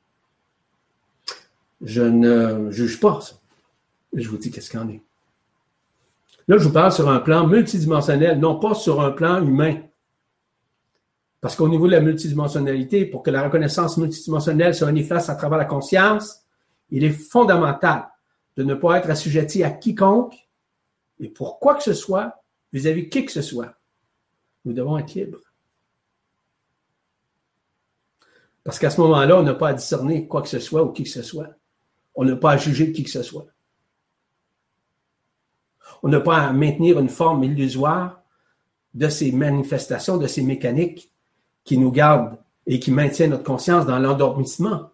Je ne juge pas ça. Je vous dis qu'est-ce qu'il en est. Là, je vous parle sur un plan multidimensionnel, non pas sur un plan humain. Parce qu'au niveau de la multidimensionnalité, pour que la reconnaissance multidimensionnelle se manifeste à travers la conscience, il est fondamental de ne pas être assujetti à quiconque et pour quoi que ce soit, vis-à-vis de qui que ce soit. Nous devons être libres. Parce qu'à ce moment-là, on n'a pas à discerner quoi que ce soit ou qui que ce soit. On n'a pas à juger qui que ce soit. On n'a pas à maintenir une forme illusoire de ces manifestations, de ces mécaniques qui nous gardent et qui maintiennent notre conscience dans l'endormissement.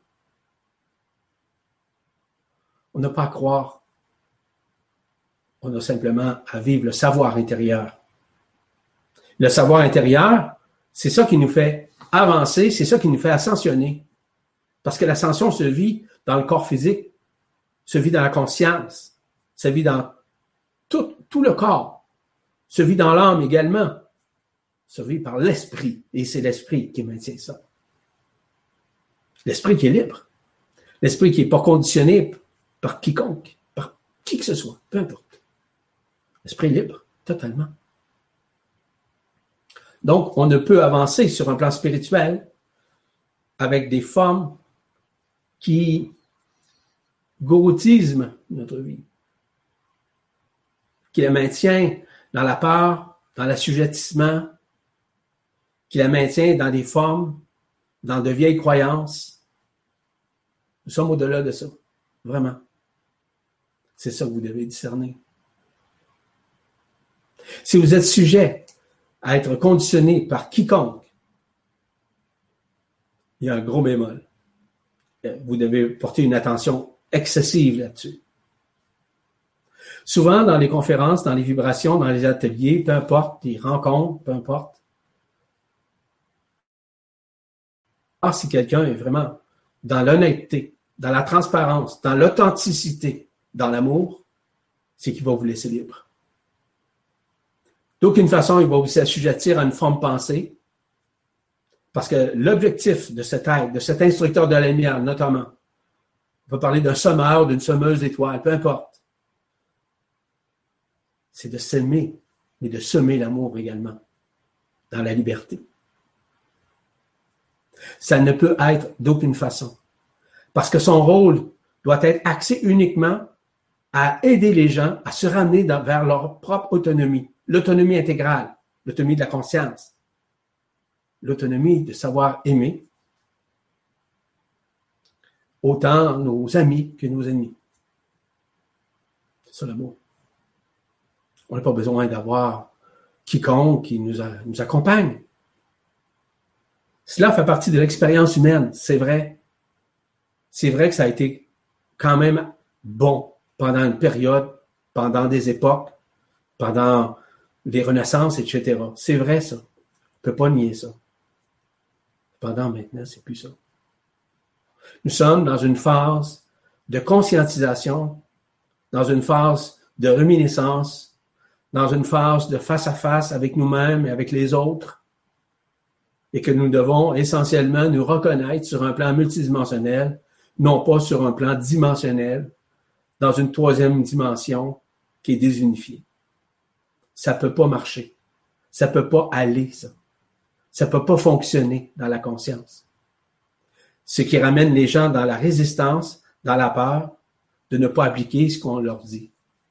On n'a pas à croire. On a simplement à vivre le savoir intérieur. Le savoir intérieur, c'est ça qui nous fait avancer, c'est ça qui nous fait ascensionner. Parce que l'ascension se vit dans le corps physique, se vit dans la conscience, se vit dans tout, tout le corps, se vit dans l'âme également, se vit par l'esprit. Et c'est l'esprit qui maintient ça. L'esprit qui est libre. L'esprit qui n'est pas conditionné par quiconque, par qui que ce soit, peu importe. L'esprit libre, totalement. Donc, on ne peut avancer sur un plan spirituel avec des formes qui gouroutisent notre vie, qui la maintient dans la peur, dans l'assujettissement, qui la maintient dans des formes, dans de vieilles croyances. Nous sommes au-delà de ça, vraiment. C'est ça que vous devez discerner. Si vous êtes sujet à être conditionné par quiconque, il y a un gros bémol. Vous devez porter une attention excessive là-dessus. Souvent, dans les conférences, dans les vibrations, dans les ateliers, peu importe, les rencontres, peu importe, ah, si quelqu'un est vraiment dans l'honnêteté, dans la transparence, dans l'authenticité, dans l'amour, c'est qu'il va vous laisser libre. D'aucune façon, il va vous assujettir à une forme pensée, parce que l'objectif de cet aide, de cet instructeur de la lumière, notamment, on peut parler d'un sommeur, d'une sommeuse d'étoiles, peu importe, c'est de s'aimer, mais de semer l'amour également, dans la liberté. Ça ne peut être d'aucune façon, parce que son rôle doit être axé uniquement à aider les gens à se ramener dans, vers leur propre autonomie, l'autonomie intégrale, l'autonomie de la conscience, l'autonomie de savoir aimer autant nos amis que nos ennemis. C'est ça l'amour. On n'a pas besoin d'avoir quiconque qui nous, a, nous accompagne. Cela fait partie de l'expérience humaine, c'est vrai. C'est vrai que ça a été quand même bon pendant une période, pendant des époques, pendant des renaissances, et cetera. C'est vrai, ça. On ne peut pas nier ça. Pendant maintenant, c'est plus ça. Nous sommes dans une phase de conscientisation, dans une phase de réminiscence, dans une phase de face-à-face avec nous-mêmes et avec les autres, et que nous devons essentiellement nous reconnaître sur un plan multidimensionnel, non pas sur un plan dimensionnel, dans une troisième dimension qui est désunifiée. Ça ne peut pas marcher. Ça ne peut pas aller, ça. Ça ne peut pas fonctionner dans la conscience. Ce qui ramène les gens dans la résistance, dans la peur de ne pas appliquer ce qu'on leur dit.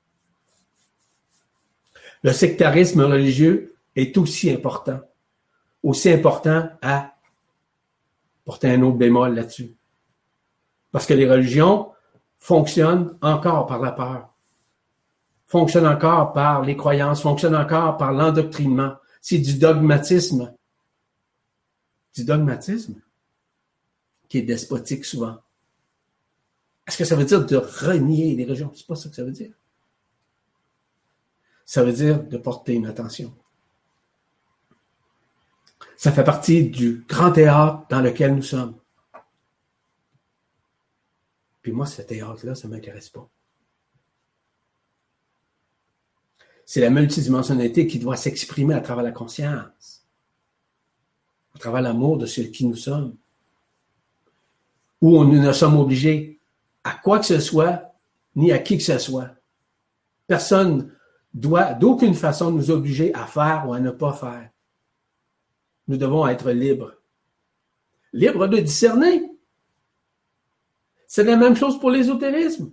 Le sectarisme religieux est aussi important. Aussi important à porter un autre bémol là-dessus. Parce que les religions fonctionnent encore par la peur, fonctionnent encore par les croyances, fonctionnent encore par l'endoctrinement. C'est du dogmatisme. Du dogmatisme qui est despotique souvent. Est-ce que ça veut dire de renier les religions? C'est pas ça que ça veut dire. Ça veut dire de porter une attention. Ça fait partie du grand théâtre dans lequel nous sommes. Puis moi, ce théâtre-là, ça ne m'intéresse pas. C'est la multidimensionnalité qui doit s'exprimer à travers la conscience, à travers l'amour de ce qui nous sommes, où nous ne sommes obligés à quoi que ce soit, ni à qui que ce soit. Personne doit d'aucune façon nous obliger à faire ou à ne pas faire. Nous devons être libres. Libres de discerner. C'est la même chose pour l'ésotérisme.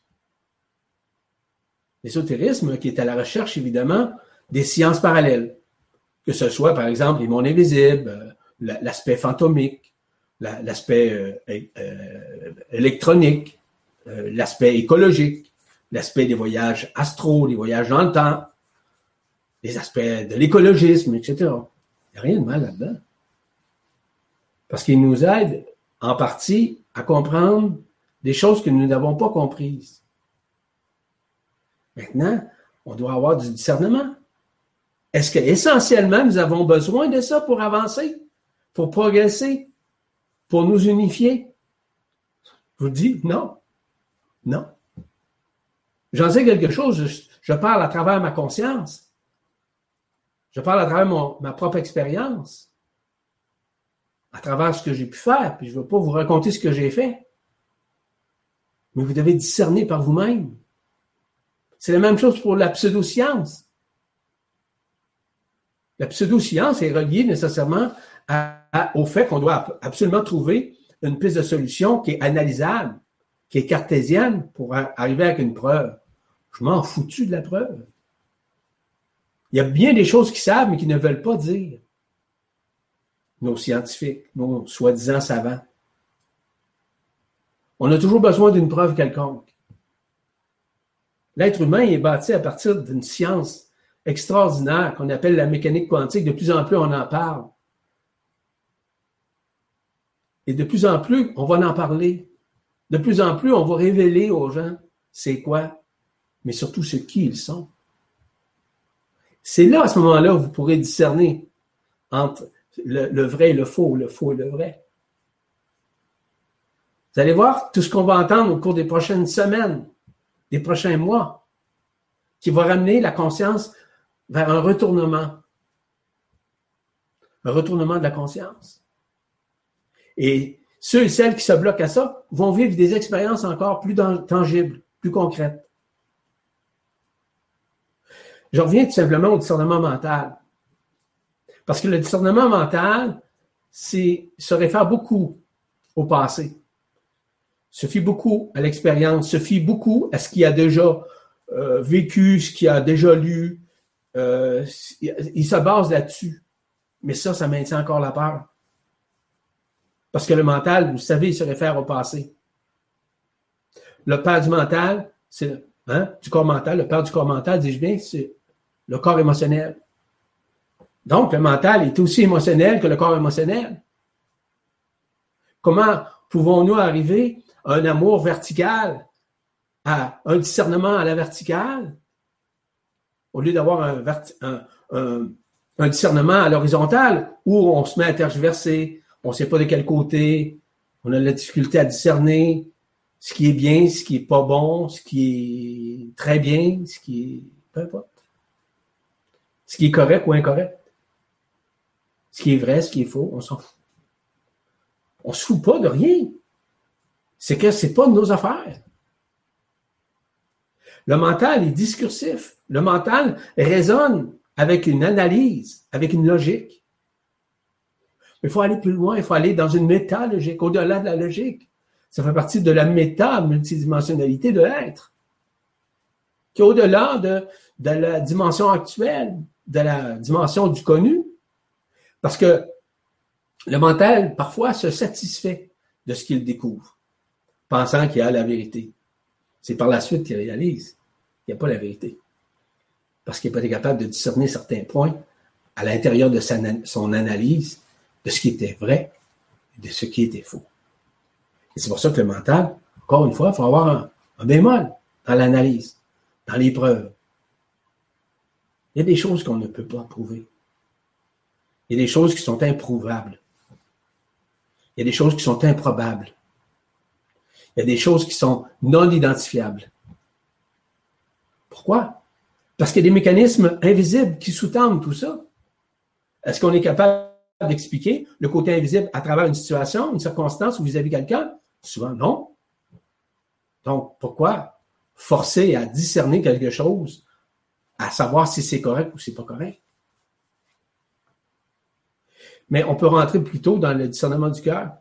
L'ésotérisme qui est à la recherche, évidemment, des sciences parallèles. Que ce soit, par exemple, les mondes invisibles, l'aspect fantomique, l'aspect euh, électronique, euh, l'aspect écologique, l'aspect des voyages astraux, des voyages dans le temps, les aspects de l'écologisme, et cetera. Il n'y a rien de mal là-dedans. Parce qu'il nous aide, en partie, à comprendre des choses que nous n'avons pas comprises. Maintenant, on doit avoir du discernement. Est-ce qu'essentiellement, nous avons besoin de ça pour avancer, pour progresser, pour nous unifier? Je vous dis non. Non. J'en sais quelque chose, je, je parle à travers ma conscience. Je parle à travers mon, ma propre expérience, à travers ce que j'ai pu faire, puis je ne veux pas vous raconter ce que j'ai fait. Mais vous devez discerner par vous-même. C'est la même chose pour la pseudoscience. La pseudoscience est reliée nécessairement à, à, au fait qu'on doit absolument trouver une piste de solution qui est analysable, qui est cartésienne pour a, arriver avec une preuve. Je m'en foutu de la preuve. Il y a bien des choses qu'ils savent, mais qu'ils ne veulent pas dire. Nos scientifiques, nos soi-disant savants. On a toujours besoin d'une preuve quelconque. L'être humain est bâti à partir d'une science extraordinaire qu'on appelle la mécanique quantique. De plus en plus, on en parle. Et de plus en plus, on va en parler. De plus en plus, on va révéler aux gens c'est quoi, mais surtout ce qui ils sont. C'est là, à ce moment-là, où vous pourrez discerner entre le, le vrai et le faux, le faux et le vrai. Vous allez voir tout ce qu'on va entendre au cours des prochaines semaines, des prochains mois, qui va ramener la conscience vers un retournement. Un retournement de la conscience. Et ceux et celles qui se bloquent à ça vont vivre des expériences encore plus tangibles, plus concrètes. Je reviens tout simplement au discernement mental. Parce que le discernement mental, c'est se réfère beaucoup au passé. Se fie beaucoup à l'expérience, se fie beaucoup à ce qu'il a déjà euh, vécu, ce qu'il a déjà lu. Euh, il se base là-dessus. Mais ça, ça maintient encore la peur. Parce que le mental, vous savez, il se réfère au passé. Le père du mental, c'est hein, du corps mental. Le père du corps mental, dis-je bien, c'est le corps émotionnel. Donc, le mental est aussi émotionnel que le corps émotionnel. Comment pouvons-nous arriver à un amour vertical, à un discernement à la verticale, au lieu d'avoir un, un, un, un discernement à l'horizontale où on se met à tergiverser, on ne sait pas de quel côté, on a de la difficulté à discerner ce qui est bien, ce qui n'est pas bon, ce qui est très bien, ce qui est... peu importe. Ce qui est correct ou incorrect. Ce qui est vrai, ce qui est faux, on s'en fout. On ne se fout pas de rien. C'est que ce n'est pas de nos affaires. Le mental est discursif. Le mental résonne avec une analyse, avec une logique. Mais il faut aller plus loin, il faut aller dans une métalogique, au-delà de la logique. Ça fait partie de la méta-multidimensionnalité de l'être, qui est au-delà de, de la dimension actuelle, de la dimension du connu. Parce que le mental, parfois, se satisfait de ce qu'il découvre. pensant qu'il y a la vérité. C'est par la suite qu'il réalise qu'il n'y a pas la vérité. Parce qu'il n'est pas capable de discerner certains points à l'intérieur de sa, son analyse de ce qui était vrai et de ce qui était faux. Et c'est pour ça que le mental, encore une fois, il faut avoir un, un bémol dans l'analyse, dans les preuves. Il y a des choses qu'on ne peut pas prouver. Il y a des choses qui sont improuvables. Il y a des choses qui sont improbables. Il y a des choses qui sont non identifiables. Pourquoi? Parce qu'il y a des mécanismes invisibles qui sous-tendent tout ça. Est-ce qu'on est capable d'expliquer le côté invisible à travers une situation, une circonstance ou vis-à-vis de quelqu'un? Souvent, non. Donc, pourquoi forcer à discerner quelque chose, à savoir si c'est correct ou c'est pas correct? Mais on peut rentrer plutôt dans le discernement du cœur.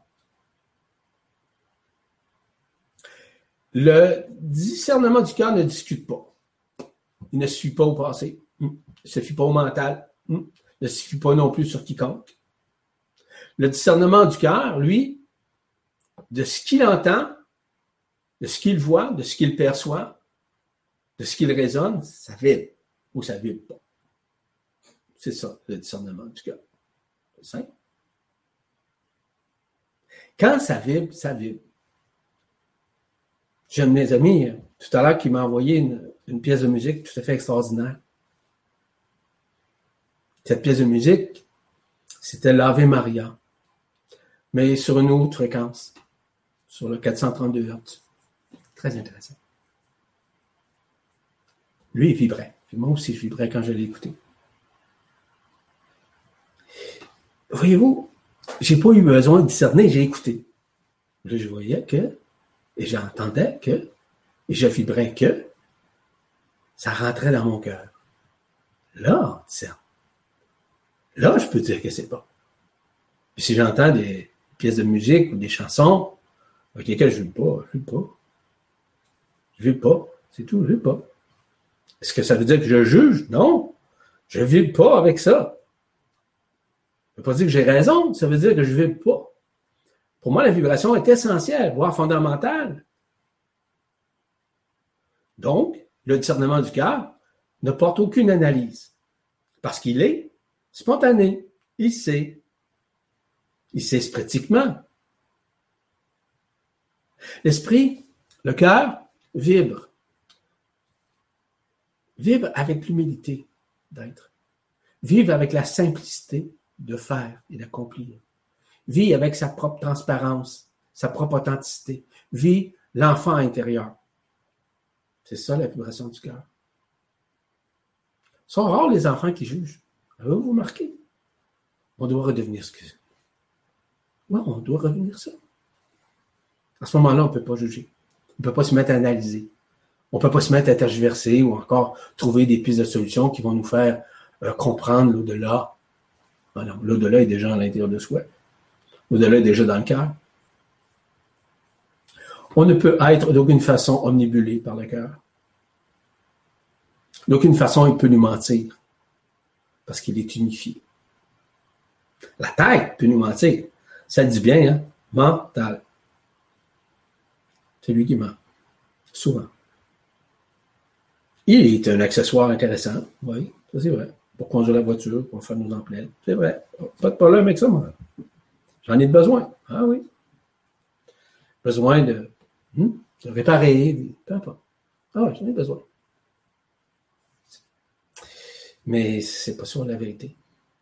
Le discernement du cœur ne discute pas. Il ne se suffit pas au passé. Il ne se suffit pas au mental. Il ne se suffit pas non plus sur quiconque. Le discernement du cœur, lui, de ce qu'il entend, de ce qu'il voit, de ce qu'il perçoit, de ce qu'il raisonne, ça vibre ou ça vibre pas. C'est ça, le discernement du cœur. C'est simple. Quand ça vibre, ça vibre. J'ai un de mes amis, tout à l'heure, qui m'a envoyé une, une pièce de musique tout à fait extraordinaire. Cette pièce de musique, c'était l'Ave Maria, mais sur une autre fréquence, sur le quatre cent trente-deux hertz. Très intéressant. Lui, il vibrait. Puis moi aussi, je vibrais quand je l'ai écouté. Voyez-vous, j'ai pas eu besoin de discerner, j'ai écouté. Là, je voyais que, et j'entendais que, et je vibrais que, ça rentrait dans mon cœur. Là, on discerne. Là, je peux dire que c'est pas. Puis si j'entends des pièces de musique ou des chansons avec lesquelles je ne vibre pas, je ne vibre pas. Je ne vibre pas. C'est tout, je ne vibre pas. Est-ce que ça veut dire que je juge? Non. Je ne vibre pas avec ça. Ça ne veut pas dire que j'ai raison, ça veut dire que je ne vibre pas. Pour moi, la vibration est essentielle, voire fondamentale. Donc, le discernement du cœur ne porte aucune analyse. Parce qu'il est spontané. Il sait. Il sait pratiquement. L'esprit, le cœur, vibre. Vibre avec l'humilité d'être. Vibre avec la simplicité de faire et d'accomplir. Vit avec sa propre transparence, sa propre authenticité. Vit l'enfant intérieur. C'est ça la vibration du cœur. Ce sont rares les enfants qui jugent. Avez-vous remarqué? On doit redevenir ce que c'est. Oui, on doit revenir ça. À ce moment-là, on ne peut pas juger. On ne peut pas se mettre à analyser. On ne peut pas se mettre à tergiverser ou encore trouver des pistes de solutions qui vont nous faire euh, comprendre l'au-delà. Ah non, l'au-delà est déjà à l'intérieur de soi. L'au-delà est déjà dans le cœur. On ne peut être d'aucune façon omnibulé par le cœur. D'aucune façon, il peut nous mentir parce qu'il est unifié. La tête peut nous mentir. Ça dit bien, hein? Mental. C'est lui qui ment. Souvent. Il est un accessoire intéressant. Oui, ça c'est vrai. Pour conduire la voiture, pour faire nos emplettes. C'est vrai. Pas de problème avec ça, moi. J'en ai besoin. Ah oui. Besoin de, hmm, de réparer, peu importe. Ah oui, j'en ai besoin. Mais c'est pas sur la vérité.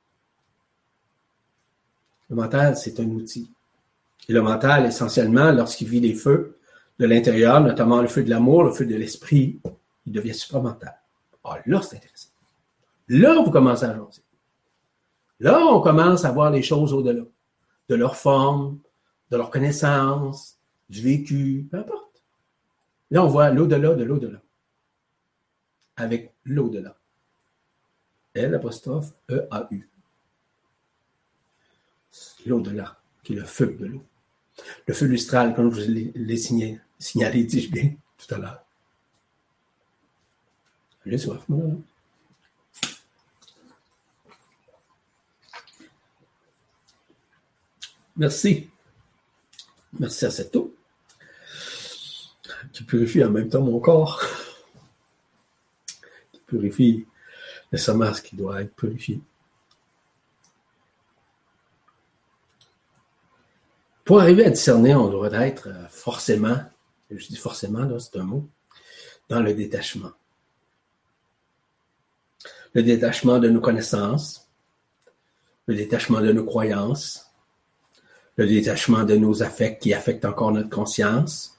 Le mental, c'est un outil. Et le mental, essentiellement, lorsqu'il vit les feux de l'intérieur, notamment le feu de l'amour, le feu de l'esprit, il devient supramental. Ah, là, c'est intéressant. Là, vous commencez à jaser. Là, on commence à voir les choses au-delà. De leur forme, de leur connaissance, du vécu, peu importe. Là, on voit l'au-delà de l'au-delà. Avec l'au-delà. L apostrophe E A U. L'au-delà, qui est le feu de l'eau. Le feu lustral, comme je vous l'ai signalé, signalé dis-je bien, tout à l'heure. J'ai soif, moi. Merci. Merci à cette eau. qui purifie en même temps mon corps, qui purifie nécessairement ce qui doit être purifié. Pour arriver à discerner, on doit être forcément, je dis forcément, là, c'est un mot, dans le détachement. Le détachement de nos connaissances, le détachement de nos croyances, le détachement de nos affects qui affectent encore notre conscience.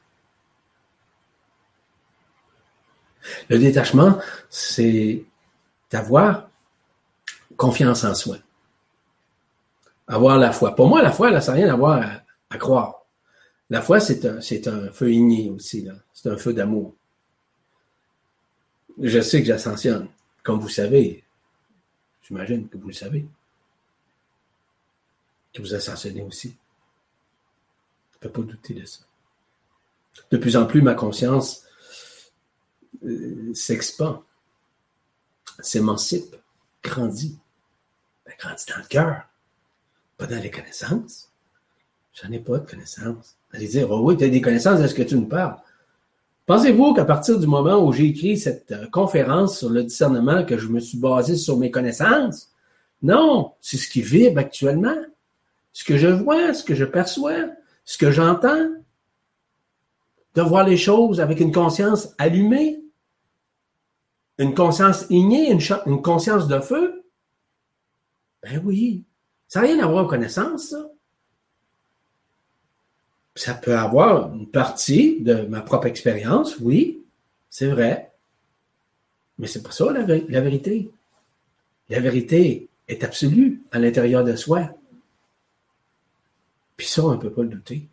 Le détachement, c'est d'avoir confiance en soi. Avoir la foi. Pour moi, la foi, là, ça n'a rien à voir à, à croire. La foi, c'est un, c'est un feu igné aussi, là. C'est un feu d'amour. Je sais que j'ascensionne. Comme vous savez, j'imagine que vous le savez, que vous ascensionnez aussi. Je ne peux pas douter de ça. De plus en plus, ma conscience euh, s'expand, s'émancipe, grandit. Elle grandit dans le cœur, pas dans les connaissances. J'en ai pas de connaissances. Vous allez dire, oh oui, tu as des connaissances, est-ce que tu nous parles? Pensez-vous qu'à partir du moment où j'ai écrit cette euh, conférence sur le discernement, que je me suis basé sur mes connaissances? Non, c'est ce qui vibre actuellement. Ce que je vois, ce que je perçois, ce que j'entends. De voir les choses avec une conscience allumée, une conscience ignée, une, une conscience de feu. Ben oui, ça n'a rien à voir aux connaissances, ça. Ça peut avoir une partie de ma propre expérience, oui, c'est vrai. Mais c'est pas ça la, la vérité. La vérité est absolue à l'intérieur de soi. Puis ça, on ne peut pas le douter.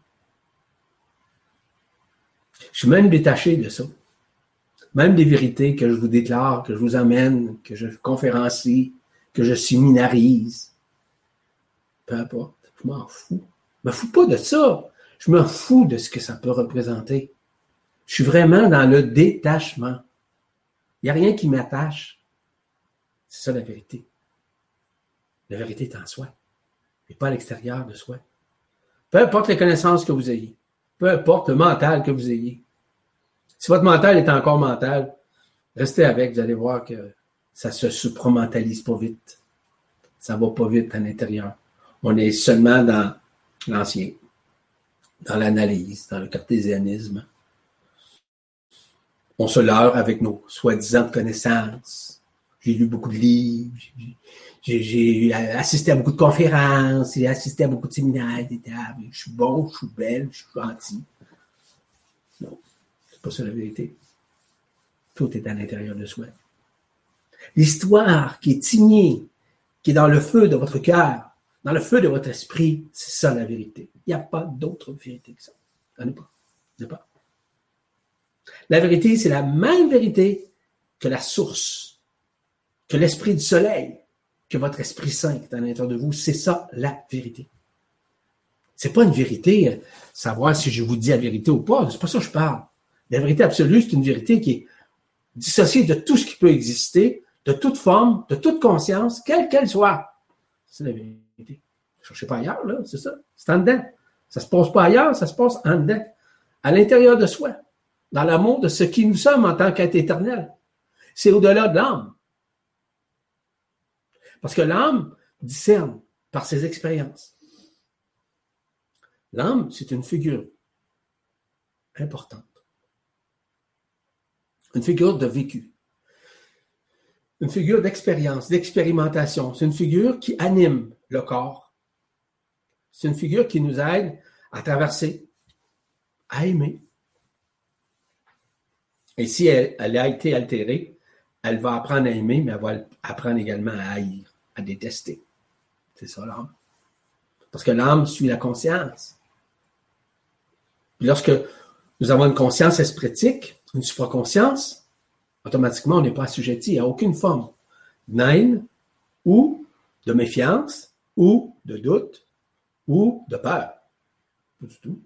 Je suis même détaché de ça. Même des vérités que je vous déclare, que je vous amène, que je conférencie, que je séminarise. Peu importe, je m'en fous. Je me fous pas de ça. Je me fous de ce que ça peut représenter. Je suis vraiment dans le détachement. Il n'y a rien qui m'attache. C'est ça la vérité. La vérité est en soi, et pas à l'extérieur de soi. Peu importe les connaissances que vous ayez, peu importe le mental que vous ayez. Si votre mental est encore mental, restez avec, vous allez voir que ça se supramentalise pas vite. Ça va pas vite à l'intérieur. On est seulement dans l'ancien, dans l'analyse, dans le cartésianisme. On se leurre avec nos soi-disant connaissances. J'ai lu beaucoup de livres, j'ai, j'ai assisté à beaucoup de conférences, j'ai assisté à beaucoup de séminaires, et cetera. Je suis bon, je suis belle, je suis gentil. Non, c'est pas ça la vérité. Tout est à l'intérieur de soi. L'histoire qui est ignée, qui est dans le feu de votre cœur, dans le feu de votre esprit, c'est ça la vérité. Il n'y a pas d'autre vérité que ça. Il n'y en a pas. Il n'y en a pas. La vérité, c'est la même vérité que la source, que l'esprit du soleil, que votre esprit saint qui est à l'intérieur de vous. C'est ça la vérité. C'est pas une vérité, euh, savoir si je vous dis la vérité ou pas. C'est pas ça que je parle. La vérité absolue, c'est une vérité qui est dissociée de tout ce qui peut exister, de toute forme, de toute conscience, quelle qu'elle soit. C'est la vérité. Ne cherchez pas ailleurs, là, c'est ça. C'est en dedans. Ça se passe pas ailleurs, ça se passe en dedans. À l'intérieur de soi. Dans l'amour de ce qui nous sommes en tant qu'être éternel. C'est au-delà de l'âme. Parce que l'âme discerne par ses expériences. L'âme, c'est une figure importante. Une figure de vécu. Une figure d'expérience, d'expérimentation. C'est une figure qui anime le corps. C'est une figure qui nous aide à traverser, à aimer. Et si elle, elle a été altérée, elle va apprendre à aimer, mais elle va apprendre également à haïr, à détester. C'est ça l'âme. Parce que l'âme suit la conscience. Puis lorsque nous avons une conscience espritique, une supraconscience, automatiquement, on n'est pas assujetti à aucune forme de haine ou de méfiance ou de doute ou de peur. Pas du tout.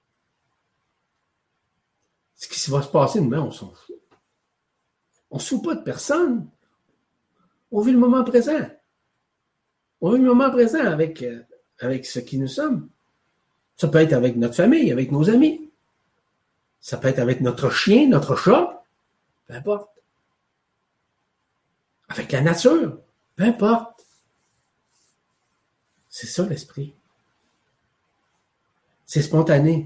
Ce qui va se passer demain, on s'en fout. On ne se fout pas de personne. On vit le moment présent. On vit le moment présent avec, euh, avec ce qui nous sommes. Ça peut être avec notre famille, avec nos amis. Ça peut être avec notre chien, notre chat, peu importe. Avec la nature, peu importe. C'est ça l'esprit. C'est spontané.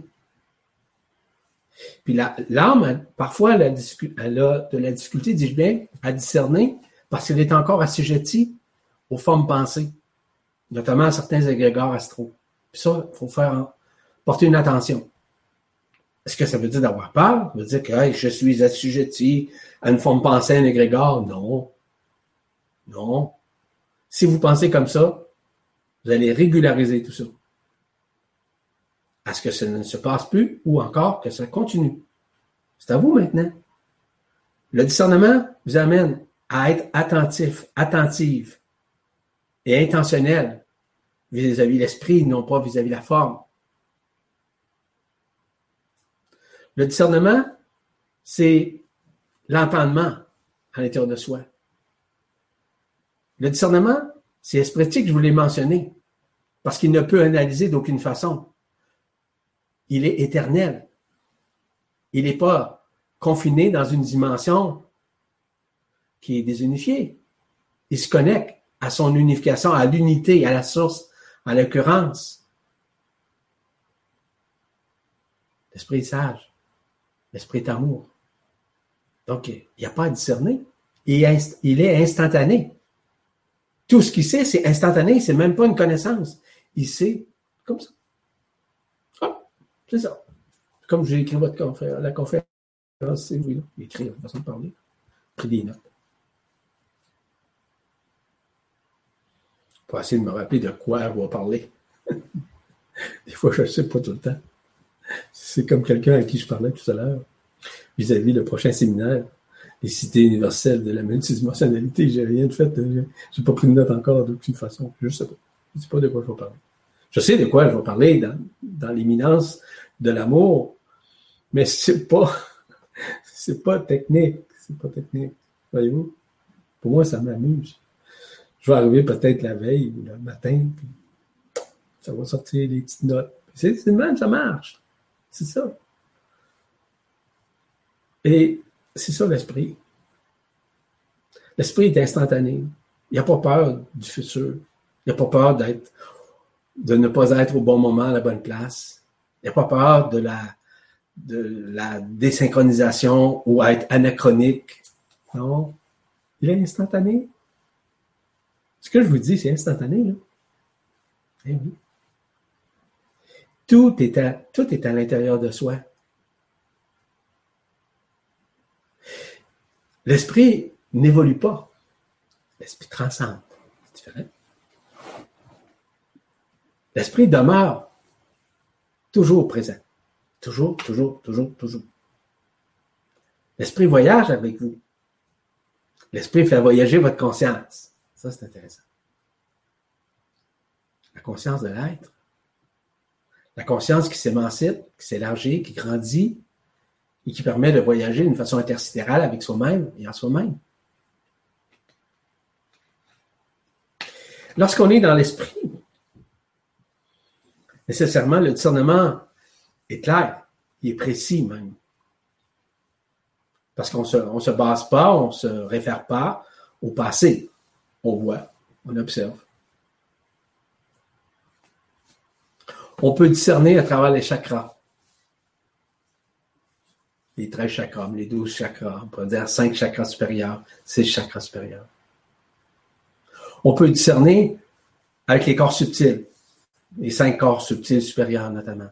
Puis la, l'âme, parfois, elle a, elle a de la difficulté, dis-je bien, à discerner parce qu'elle est encore assujettie aux formes pensées, notamment à certains égrégores astraux. Puis ça, il faut faire porter une attention. Est-ce que ça veut dire d'avoir peur? Ça veut dire que hey, je suis assujetti à une forme pensée, un égrégore? Non. Non. Si vous pensez comme ça, vous allez régulariser tout ça. À ce que ça ne se passe plus ou encore que ça continue. C'est à vous maintenant. Le discernement vous amène à être attentif, attentive et intentionnel vis-à-vis l'esprit, non pas vis-à-vis la forme. Le discernement, c'est l'entendement à l'intérieur de soi. Le discernement, c'est esprit-tique, je vous l'ai mentionné, parce qu'il ne peut analyser d'aucune façon. Il est éternel. Il n'est pas confiné dans une dimension qui est désunifiée. Il se connecte à son unification, à l'unité, à la source, en l'occurrence. L'esprit est sage. L'esprit est amour. Donc, il n'y a pas à discerner. Il est instantané. Tout ce qu'il sait, c'est instantané. C'est même pas une connaissance. Il sait comme ça. Ah, c'est ça. Comme j'ai écrit votre conférence, la conférence, c'est oui, là. Écrire, une façon de parler. Pris des notes. Pour essayer de me rappeler de quoi je vais parler. Des fois, je ne sais pas tout le temps. C'est comme quelqu'un à qui je parlais tout à l'heure, vis-à-vis le prochain séminaire, les cités universelles de la multidimensionnalité. J'ai rien de fait. J'ai pas pris de notes encore d'aucune façon. Je ne sais pas. Je ne sais pas de quoi je vais parler. Je sais de quoi je vais parler dans, dans l'imminence de l'amour, mais c'est pas, c'est pas technique. C'est pas technique. Voyez-vous? Pour moi, ça m'amuse. Je vais arriver peut-être la veille ou le matin, puis ça va sortir des petites notes. C'est, c'est le même, ça marche. C'est ça. Et c'est ça l'esprit. L'esprit est instantané. Il n'y a pas peur du futur. Il n'y a pas peur d'être, de ne pas être au bon moment, à la bonne place. Il n'y a pas peur de la, de la désynchronisation ou à être anachronique. Non. Il est instantané. Ce que je vous dis, c'est instantané, là. Eh oui. Tout est à, tout est à l'intérieur de soi. L'esprit n'évolue pas. L'esprit transcende. C'est différent. L'esprit demeure toujours présent. Toujours, toujours, toujours, toujours. L'esprit voyage avec vous. L'esprit fait voyager votre conscience. Ça, c'est intéressant. La conscience de l'être. La conscience qui s'émancipe, qui s'élargit, qui grandit et qui permet de voyager d'une façon intersidérale avec soi-même et en soi-même. Lorsqu'on est dans l'esprit, nécessairement, le discernement est clair, il est précis même. Parce qu'on se, on se base pas, on se réfère pas au passé. On voit, on observe. On peut discerner à travers les chakras. Les treize chakras, les douze chakras, on peut dire cinq chakras supérieurs, six chakras supérieurs. On peut discerner avec les corps subtils, les cinq corps subtils supérieurs notamment.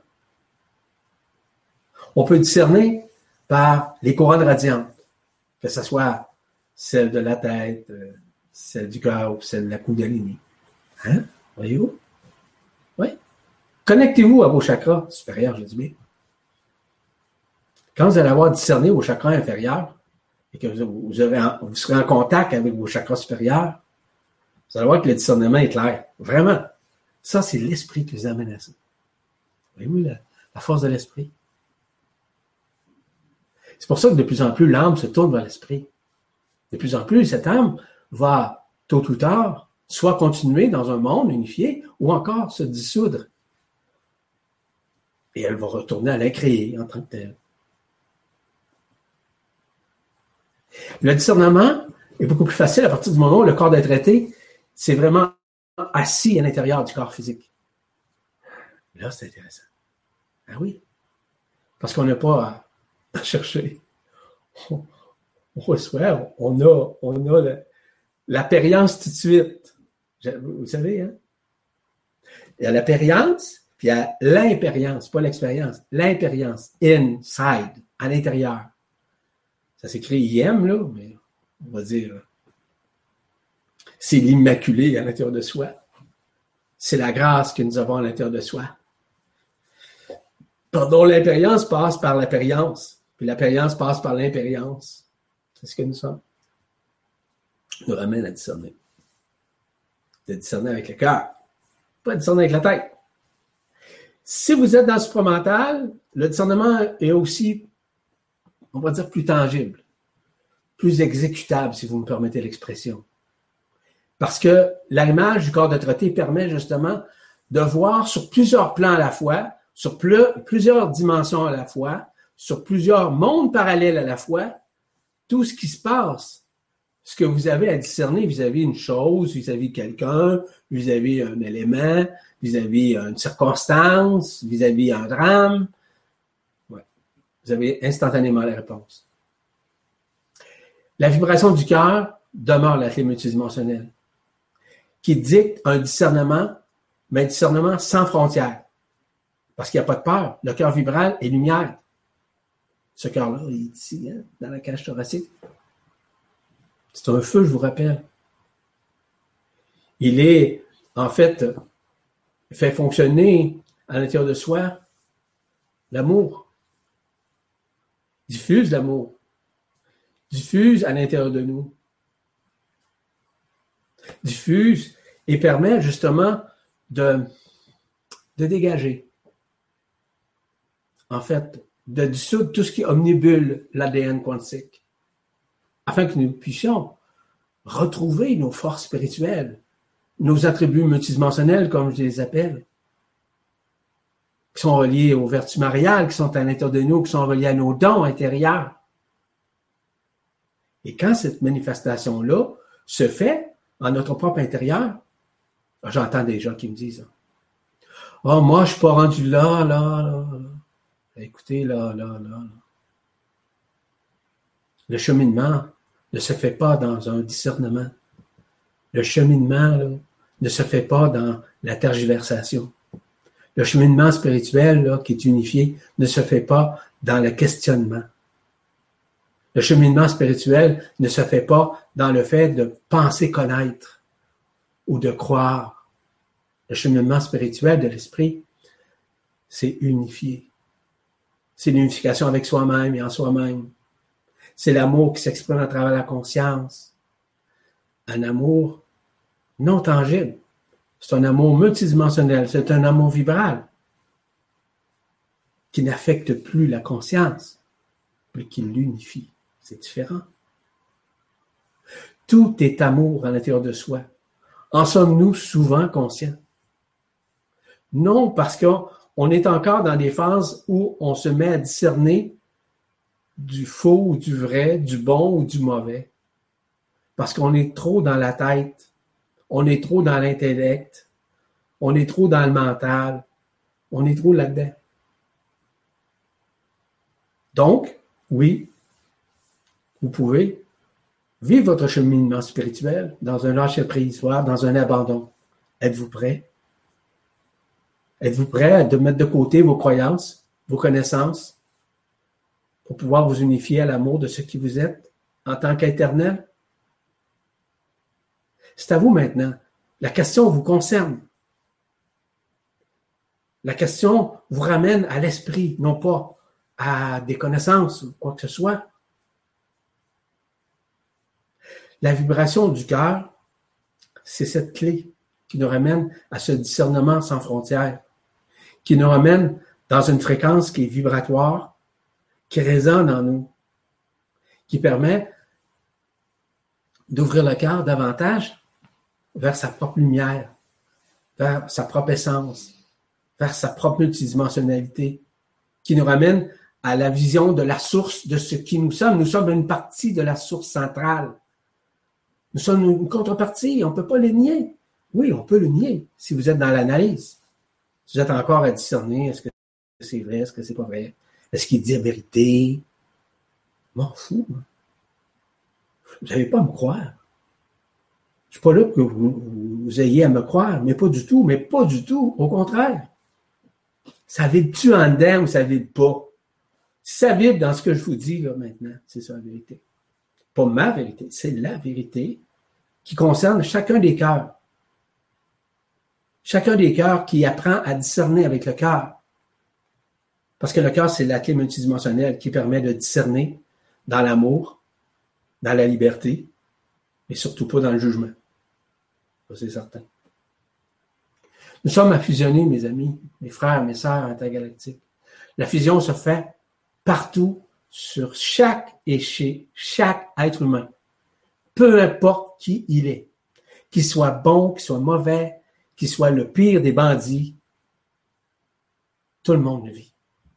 On peut discerner par les couronnes radiantes, que ce soit celle de la tête, celle du cœur ou celle de la Kundalini. Hein? Voyez-vous? Oui. Connectez-vous à vos chakras supérieurs, je dis bien. Quand vous allez avoir discerné vos chakras inférieurs et que vous, vous, aurez en, vous serez en contact avec vos chakras supérieurs, vous allez voir que le discernement est clair. Vraiment. Ça, c'est l'esprit qui vous amène à ça. Voyez-vous la, la force de l'esprit? C'est pour ça que de plus en plus, l'âme se tourne vers l'esprit. De plus en plus, cette âme va, tôt ou tard, soit continuer dans un monde unifié ou encore se dissoudre. Et elle va retourner à l'incréé en tant que telle. Le discernement est beaucoup plus facile à partir du moment où le corps d'être traité, c'est vraiment assis à l'intérieur du corps physique. Là, c'est intéressant. Ah oui. Parce qu'on n'a pas à chercher. On, on reçoit, on a, on a la, la périence tout de suite. Vous savez, hein? Il y a la périence, puis il y a l'impérience, pas l'expérience. L'impérience, inside, à l'intérieur. Ça s'écrit I M, là, mais on va dire, c'est l'immaculé à l'intérieur de soi. C'est la grâce que nous avons à l'intérieur de soi. Pardon, l'impérience passe par l'apérience, puis l'apérience passe par l'impérience. C'est ce que nous sommes. Nous ramène à discerner. De discerner avec le cœur, pas discerner avec la tête. Si vous êtes dans le supramental, le discernement est aussi, on va dire, plus tangible, plus exécutable, si vous me permettez l'expression. Parce que l'image du corps de traité permet justement de voir sur plusieurs plans à la fois, sur plusieurs dimensions à la fois, sur plusieurs mondes parallèles à la fois, tout ce qui se passe, ce que vous avez à discerner vis-à-vis une chose, vis-à-vis de quelqu'un, vis-à-vis un élément, vis-à-vis une circonstance, vis-à-vis un drame. Ouais. Vous avez instantanément la réponse. La vibration du cœur demeure la clé multidimensionnelle, qui dicte un discernement, mais un discernement sans frontières. Parce qu'il n'y a pas de peur. Le cœur vibral est lumière. Ce cœur-là, il est ici, hein, dans la cage thoracique. C'est un feu, je vous rappelle. Il est, en fait, fait fonctionner à l'intérieur de soi l'amour. Diffuse l'amour. Diffuse à l'intérieur de nous. Diffuse et permet justement de, de dégager. En fait, de dissoudre tout ce qui omnibule l'A D N quantique, afin que nous puissions retrouver nos forces spirituelles, nos attributs multidimensionnels, comme je les appelle, qui sont reliés aux vertus mariales, qui sont à l'intérieur de nous, qui sont reliés à nos dons intérieurs. Et quand cette manifestation-là se fait en notre propre intérieur, j'entends des gens qui me disent « Oh, moi, je ne suis pas rendu là, là, là, là. » Écoutez, là, là, là, là. Le cheminement ne se fait pas dans un discernement. Le cheminement là, ne se fait pas dans la tergiversation. Le cheminement spirituel là, qui est unifié ne se fait pas dans le questionnement. Le cheminement spirituel ne se fait pas dans le fait de penser connaître ou de croire. Le cheminement spirituel de l'esprit, c'est unifié. C'est l'unification avec soi-même et en soi-même. C'est l'amour qui s'exprime à travers la conscience. Un amour non tangible. C'est un amour multidimensionnel. C'est un amour vibral qui n'affecte plus la conscience, mais qui l'unifie. C'est différent. Tout est amour à l'intérieur de soi. En sommes-nous souvent conscients? Non, parce qu'on on est encore dans des phases où on se met à discerner du faux ou du vrai, du bon ou du mauvais. Parce qu'on est trop dans la tête, on est trop dans l'intellect, on est trop dans le mental, on est trop là-dedans. Donc, oui, vous pouvez vivre votre cheminement spirituel dans un lâcher-prise, voire dans un abandon. Êtes-vous prêt? Êtes-vous prêt à de mettre de côté vos croyances, vos connaissances, pour pouvoir vous unifier à l'amour de ce qui vous êtes en tant qu'éternel? C'est à vous maintenant. La question vous concerne. La question vous ramène à l'esprit, non pas à des connaissances ou quoi que ce soit. La vibration du cœur, c'est cette clé qui nous ramène à ce discernement sans frontières, qui nous ramène dans une fréquence qui est vibratoire, qui résonne en nous, qui permet d'ouvrir le cœur davantage vers sa propre lumière, vers sa propre essence, vers sa propre multidimensionnalité, qui nous ramène à la vision de la source de ce qui nous sommes. Nous sommes une partie de la source centrale. Nous sommes une contrepartie, on ne peut pas le nier. Oui, on peut le nier si vous êtes dans l'analyse. Si vous êtes encore à discerner, est-ce que c'est vrai, est-ce que c'est pas vrai? Est-ce qu'il dit la vérité? M'en fous. Moi. Vous n'avez pas à me croire. Je ne suis pas là pour que vous, vous ayez à me croire, mais pas du tout, mais pas du tout. Au contraire. Ça vibre-tu en dedans ou ça vibre pas? Si ça vibre dans ce que je vous dis là maintenant, c'est ça la vérité. Pas ma vérité, c'est la vérité qui concerne chacun des cœurs. Chacun des cœurs qui apprend à discerner avec le cœur. Parce que le cœur, c'est la clé multidimensionnelle qui permet de discerner dans l'amour, dans la liberté, mais surtout pas dans le jugement. Ça, c'est certain. Nous sommes à fusionner, mes amis, mes frères, mes sœurs intergalactiques. La fusion se fait partout, sur chaque et chez chaque être humain. Peu importe qui il est. Qu'il soit bon, qu'il soit mauvais, qu'il soit le pire des bandits, tout le monde le vit.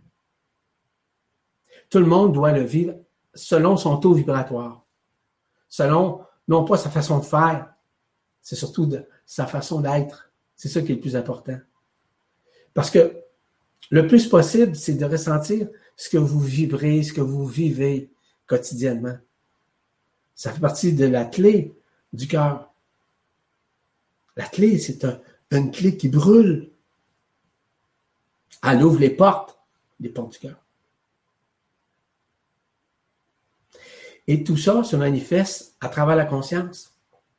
Tout le monde doit le vivre selon son taux vibratoire. Selon, non pas sa façon de faire, c'est surtout de, sa façon d'être. C'est ça qui est le plus important. Parce que le plus possible, c'est de ressentir ce que vous vibrez, ce que vous vivez quotidiennement. Ça fait partie de la clé du cœur. La clé, c'est un, une clé qui brûle. Elle ouvre les portes, les portes du cœur. Et tout ça se manifeste à travers la conscience.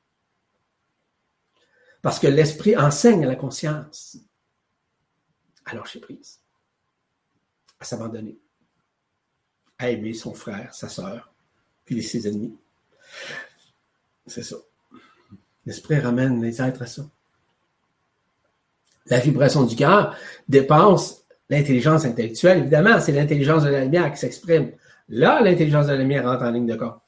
Parce que l'esprit enseigne à la conscience à lâcher prise, à s'abandonner, à aimer son frère, sa sœur, puis ses ennemis. C'est ça. L'esprit ramène les êtres à ça. La vibration du cœur dépasse l'intelligence intellectuelle. Évidemment, c'est l'intelligence de la lumière qui s'exprime. Là, l'intelligence de la lumière rentre en ligne de compte.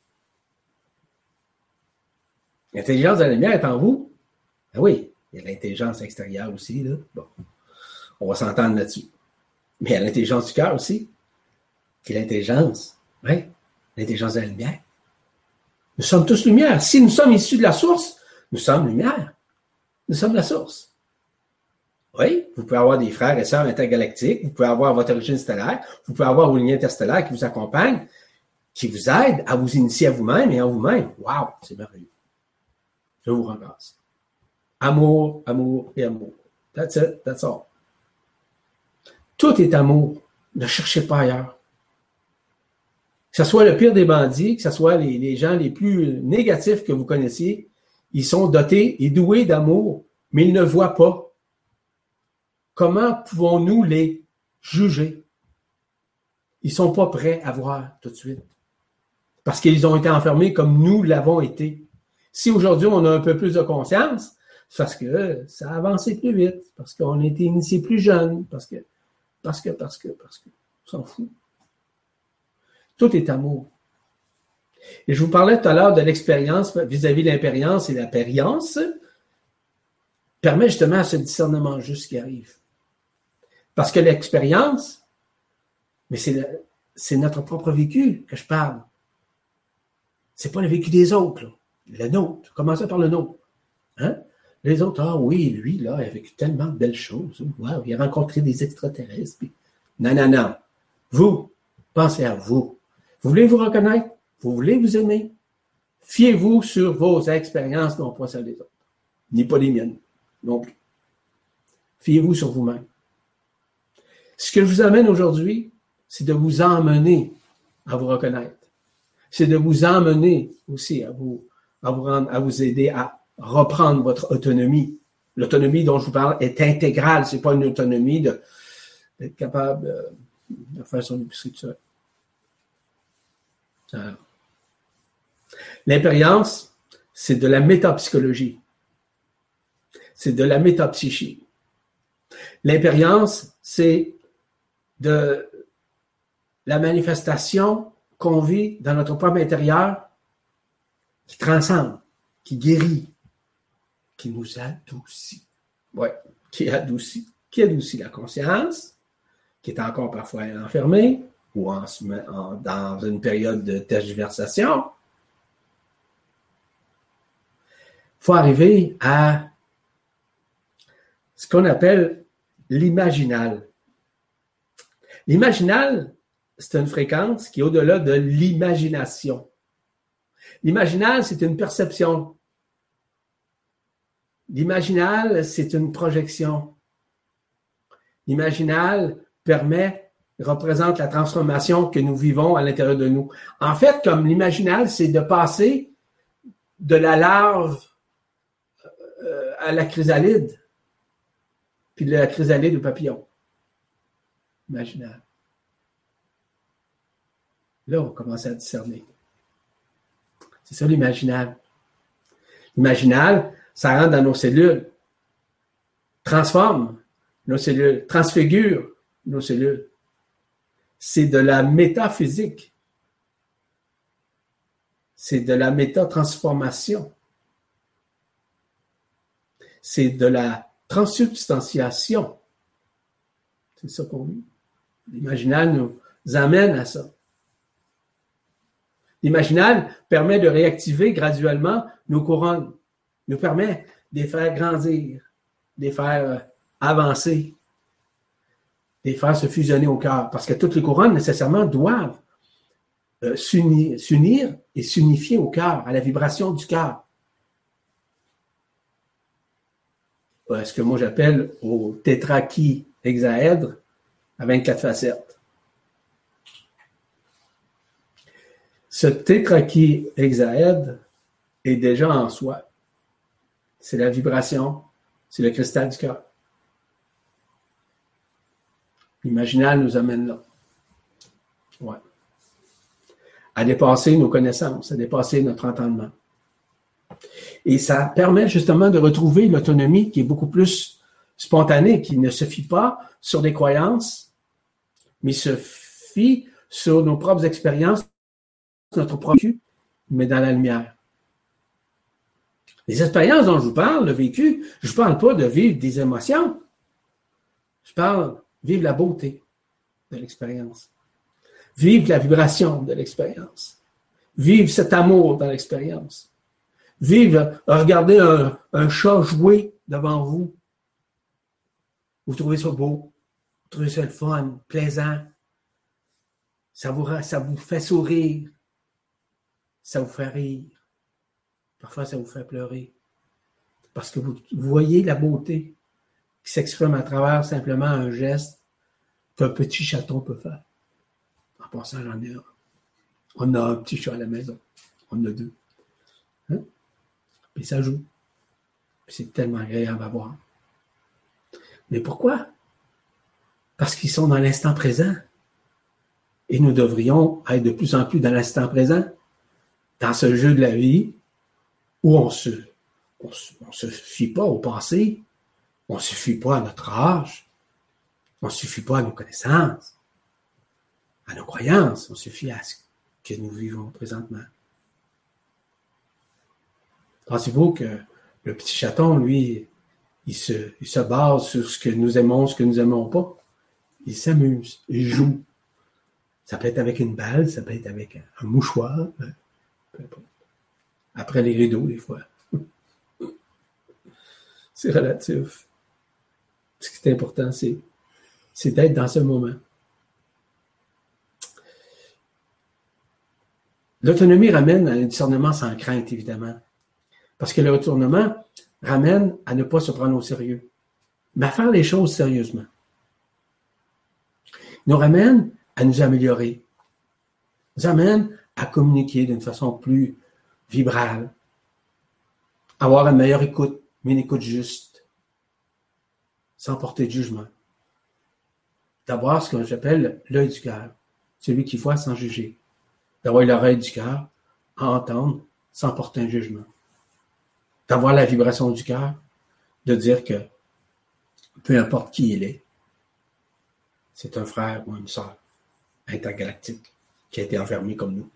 L'intelligence de la lumière est en vous. Ben oui, il y a l'intelligence extérieure aussi. Là. Bon, on va s'entendre là-dessus. Mais il y a l'intelligence du cœur aussi, qui est l'intelligence. Oui, l'intelligence de la lumière. Nous sommes tous lumière. Si nous sommes issus de la source, nous sommes lumière. Nous sommes la source. Oui, vous pouvez avoir des frères et sœurs intergalactiques, vous pouvez avoir votre origine stellaire, vous pouvez avoir vos lignes interstellaires qui vous accompagnent, qui vous aident à vous initier à vous-même et en vous-même. Wow, c'est merveilleux. Je vous remercie. Amour, amour et amour. That's it, that's all. Tout est amour. Ne cherchez pas ailleurs. Que ce soit le pire des bandits, que ce soit les, les gens les plus négatifs que vous connaissiez, ils sont dotés et doués d'amour, mais ils ne voient pas. Comment pouvons-nous les juger? Ils ne sont pas prêts à voir tout de suite. Parce qu'ils ont été enfermés comme nous l'avons été. Si aujourd'hui on a un peu plus de conscience, c'est parce que ça a avancé plus vite, parce qu'on a été initié plus jeune, parce que, parce que, parce que, parce que, on s'en fout. Tout est amour. Et je vous parlais tout à l'heure de l'expérience vis-à-vis de l'impérience et la périence permet justement à ce discernement juste qui arrive. Parce que l'expérience, mais c'est, le, c'est notre propre vécu que je parle. C'est pas le vécu des autres, là. Le nôtre. Commencez par le nôtre. Hein? Les autres, ah oui, lui, là, il a vécu tellement de belles choses. Wow, il a rencontré des extraterrestres. Puis... Non, non, non. Vous, pensez à vous. Vous voulez vous reconnaître? Vous voulez vous aimer? Fiez-vous sur vos expériences, non pas celles des autres. Ni pas les miennes, non plus. Fiez-vous sur vous-même. Ce que je vous amène aujourd'hui, c'est de vous emmener à vous reconnaître. C'est de vous emmener aussi à vous, à vous rendre, à vous aider à reprendre votre autonomie. L'autonomie dont je vous parle est intégrale. C'est pas une autonomie de, d'être capable de, de faire son épicerie tout seul. Alors, l'impérience, c'est de la métapsychologie. C'est de la métapsychie. L'impérience, c'est de la manifestation qu'on vit dans notre propre intérieur qui transcende, qui guérit, qui nous adoucit. Oui, qui adoucit, qui adoucit la conscience, qui est encore parfois enfermée, ou en, en, dans une période de tergiversation. Il faut arriver à ce qu'on appelle l'imaginal. L'imaginal, c'est une fréquence qui est au-delà de l'imagination. L'imaginal, c'est une perception. L'imaginal, c'est une projection. L'imaginal permet, représente la transformation que nous vivons à l'intérieur de nous. En fait, comme l'imaginal, c'est de passer de la larve euh, à la chrysalide, puis de la chrysalide au papillon. Imaginal. Là, on commence à discerner. C'est ça l'imaginal. L'imaginal, ça rentre dans nos cellules, transforme nos cellules, transfigure nos cellules. C'est de la métaphysique. C'est de la métatransformation. C'est de la transsubstantiation. C'est ça qu'on vit. L'imaginal nous amène à ça. L'imaginal permet de réactiver graduellement nos couronnes, nous permet de les faire grandir, de les faire avancer, de les faire se fusionner au cœur. Parce que toutes les couronnes, nécessairement, doivent euh, s'unir, s'unir et s'unifier au cœur, à la vibration du cœur. Euh, ce que moi j'appelle au tétrachihexaèdre à vingt-quatre facettes. Ce tétrachihexaèdre est déjà en soi. C'est la vibration, c'est le cristal du cœur. L'imaginal nous amène là. Ouais. À dépasser nos connaissances, à dépasser notre entendement. Et ça permet justement de retrouver l'autonomie qui est beaucoup plus spontanée, qui ne se fie pas sur des croyances, mais se fie sur nos propres expériences, notre propre vécu, mais dans la lumière. Les expériences dont je vous parle, le vécu, je ne parle pas de vivre des émotions. Je parle de vivre la beauté de l'expérience. Vivre la vibration de l'expérience. Vivre cet amour dans l'expérience. Vivre, regarder un, un chat jouer devant vous. Vous trouvez ça beau. Vous trouvez ça le fun, plaisant. Ça vous, ça vous fait sourire. Ça vous fait rire. Parfois, ça vous fait pleurer. Parce que vous, vous voyez la beauté qui s'exprime à travers simplement un geste qu'un petit chaton peut faire. En passant, j'en ai un. On a un petit chat à la maison. On en a deux. Hein? Puis ça joue. Puis c'est tellement agréable à voir. Mais pourquoi? Parce qu'ils sont dans l'instant présent. Et nous devrions être de plus en plus dans l'instant présent, dans ce jeu de la vie, où on se, on se, on se fie pas au passé, on se fie pas à notre âge, on se fie pas à nos connaissances, à nos croyances, on se fie à ce que nous vivons présentement. Pensez-vous que le petit chaton, lui, il se, il se base sur ce que nous aimons, ce que nous aimons pas. Il s'amuse, il joue. Ça peut être avec une balle, ça peut être avec un, un mouchoir, peu importe. Après les rideaux, des fois. C'est relatif. Ce qui est important, c'est, c'est d'être dans ce moment. L'autonomie ramène à un discernement sans crainte, évidemment. Parce que le retournement ramène à ne pas se prendre au sérieux, mais à faire les choses sérieusement. Il nous ramène à nous améliorer. Il nous amène à communiquer d'une façon plus vibrale, avoir une meilleure écoute, mais une écoute juste, sans porter de jugement. D'avoir ce que j'appelle l'œil du cœur, celui qui voit sans juger. D'avoir l'oreille du cœur, à entendre sans porter un jugement. D'avoir la vibration du cœur, de dire que peu importe qui il est, c'est un frère ou une sœur intergalactique qui a été enfermé comme nous.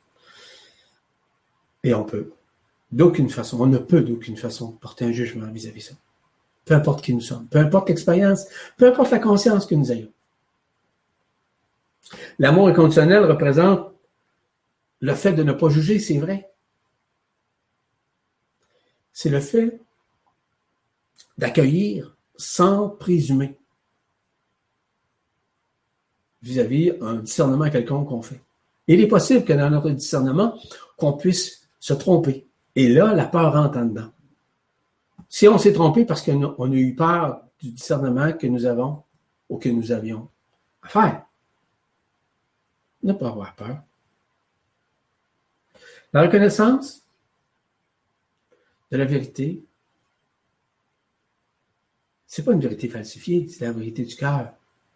Et on peut, d'aucune façon, on ne peut d'aucune façon porter un jugement vis-à-vis de ça. Peu importe qui nous sommes, peu importe l'expérience, peu importe la conscience que nous ayons. L'amour inconditionnel représente le fait de ne pas juger, c'est vrai. C'est le fait d'accueillir sans présumer vis-à-vis un discernement quelconque qu'on fait. Il est possible que dans notre discernement, qu'on puisse se tromper. Et là, la peur rentre en dedans. Si on s'est trompé parce qu'on a eu peur du discernement que nous avons ou que nous avions à faire, ne pas avoir peur. La reconnaissance de la vérité, c'est pas une vérité falsifiée, c'est la vérité du cœur.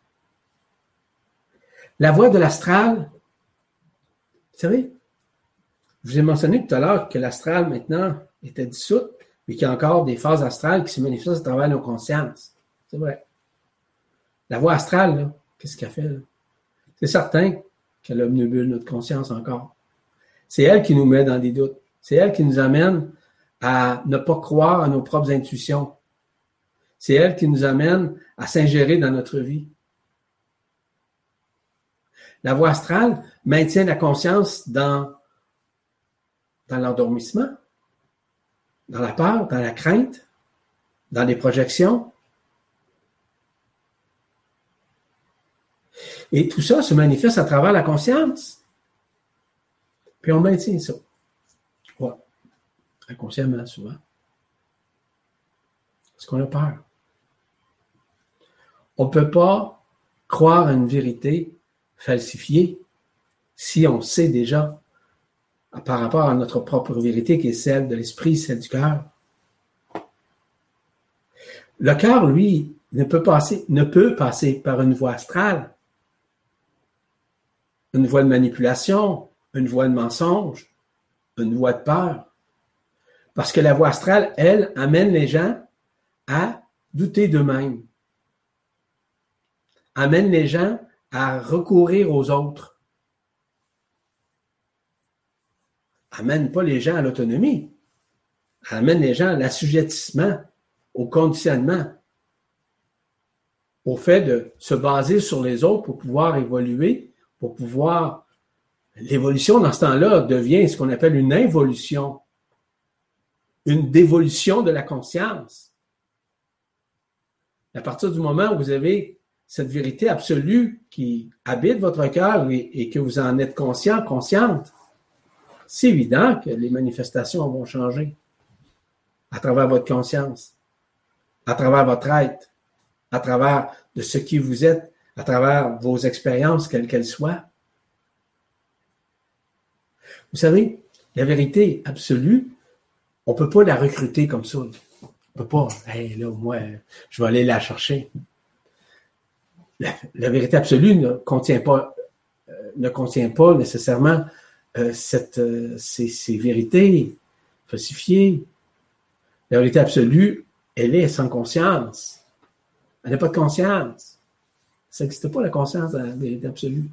La voie de l'astral, vous savez, je vous ai mentionné tout à l'heure que l'astral maintenant était dissoute, mais qu'il y a encore des phases astrales qui se manifestent à travers nos consciences. C'est vrai. La voie astrale, là, qu'est-ce qu'elle fait? Là? C'est certain qu'elle obnubule notre conscience encore. C'est elle qui nous met dans des doutes. C'est elle qui nous amène à ne pas croire à nos propres intuitions. C'est elle qui nous amène à s'ingérer dans notre vie. La voie astrale maintient la conscience dans, dans l'endormissement, dans la peur, dans la crainte, dans les projections. Et tout ça se manifeste à travers la conscience. Puis on maintient ça. Ouais. Inconsciemment, souvent. Parce qu'on a peur. On ne peut pas croire à une vérité falsifiée si on sait déjà par rapport à notre propre vérité qui est celle de l'esprit, celle du cœur. Le cœur, lui, ne peut passer, ne peut passer par une voie astrale, une voie de manipulation, une voie de mensonge, une voie de peur. Parce que la voie astrale, elle, amène les gens à douter d'eux-mêmes. Amène les gens à recourir aux autres. Amène pas les gens à l'autonomie. Amène les gens à l'assujettissement, au conditionnement, au fait de se baser sur les autres pour pouvoir évoluer, pour pouvoir... L'évolution, dans ce temps-là, devient ce qu'on appelle une involution, une dévolution de la conscience. À partir du moment où vous avez cette vérité absolue qui habite votre cœur et, et que vous en êtes conscient, consciente, c'est évident que les manifestations vont changer à travers votre conscience, à travers votre être, à travers de ce qui vous êtes, à travers vos expériences, quelles qu'elles soient. Vous savez, la vérité absolue, on ne peut pas la recruter comme ça. On ne peut pas, hey, là, moi, je vais aller la chercher. La, la vérité absolue ne contient pas, euh, ne contient pas nécessairement euh, cette, euh, ces, ces vérités falsifiées. La vérité absolue, elle est sans conscience. Elle n'a pas de conscience. Ça n'existe pas, la conscience dans la vérité absolue.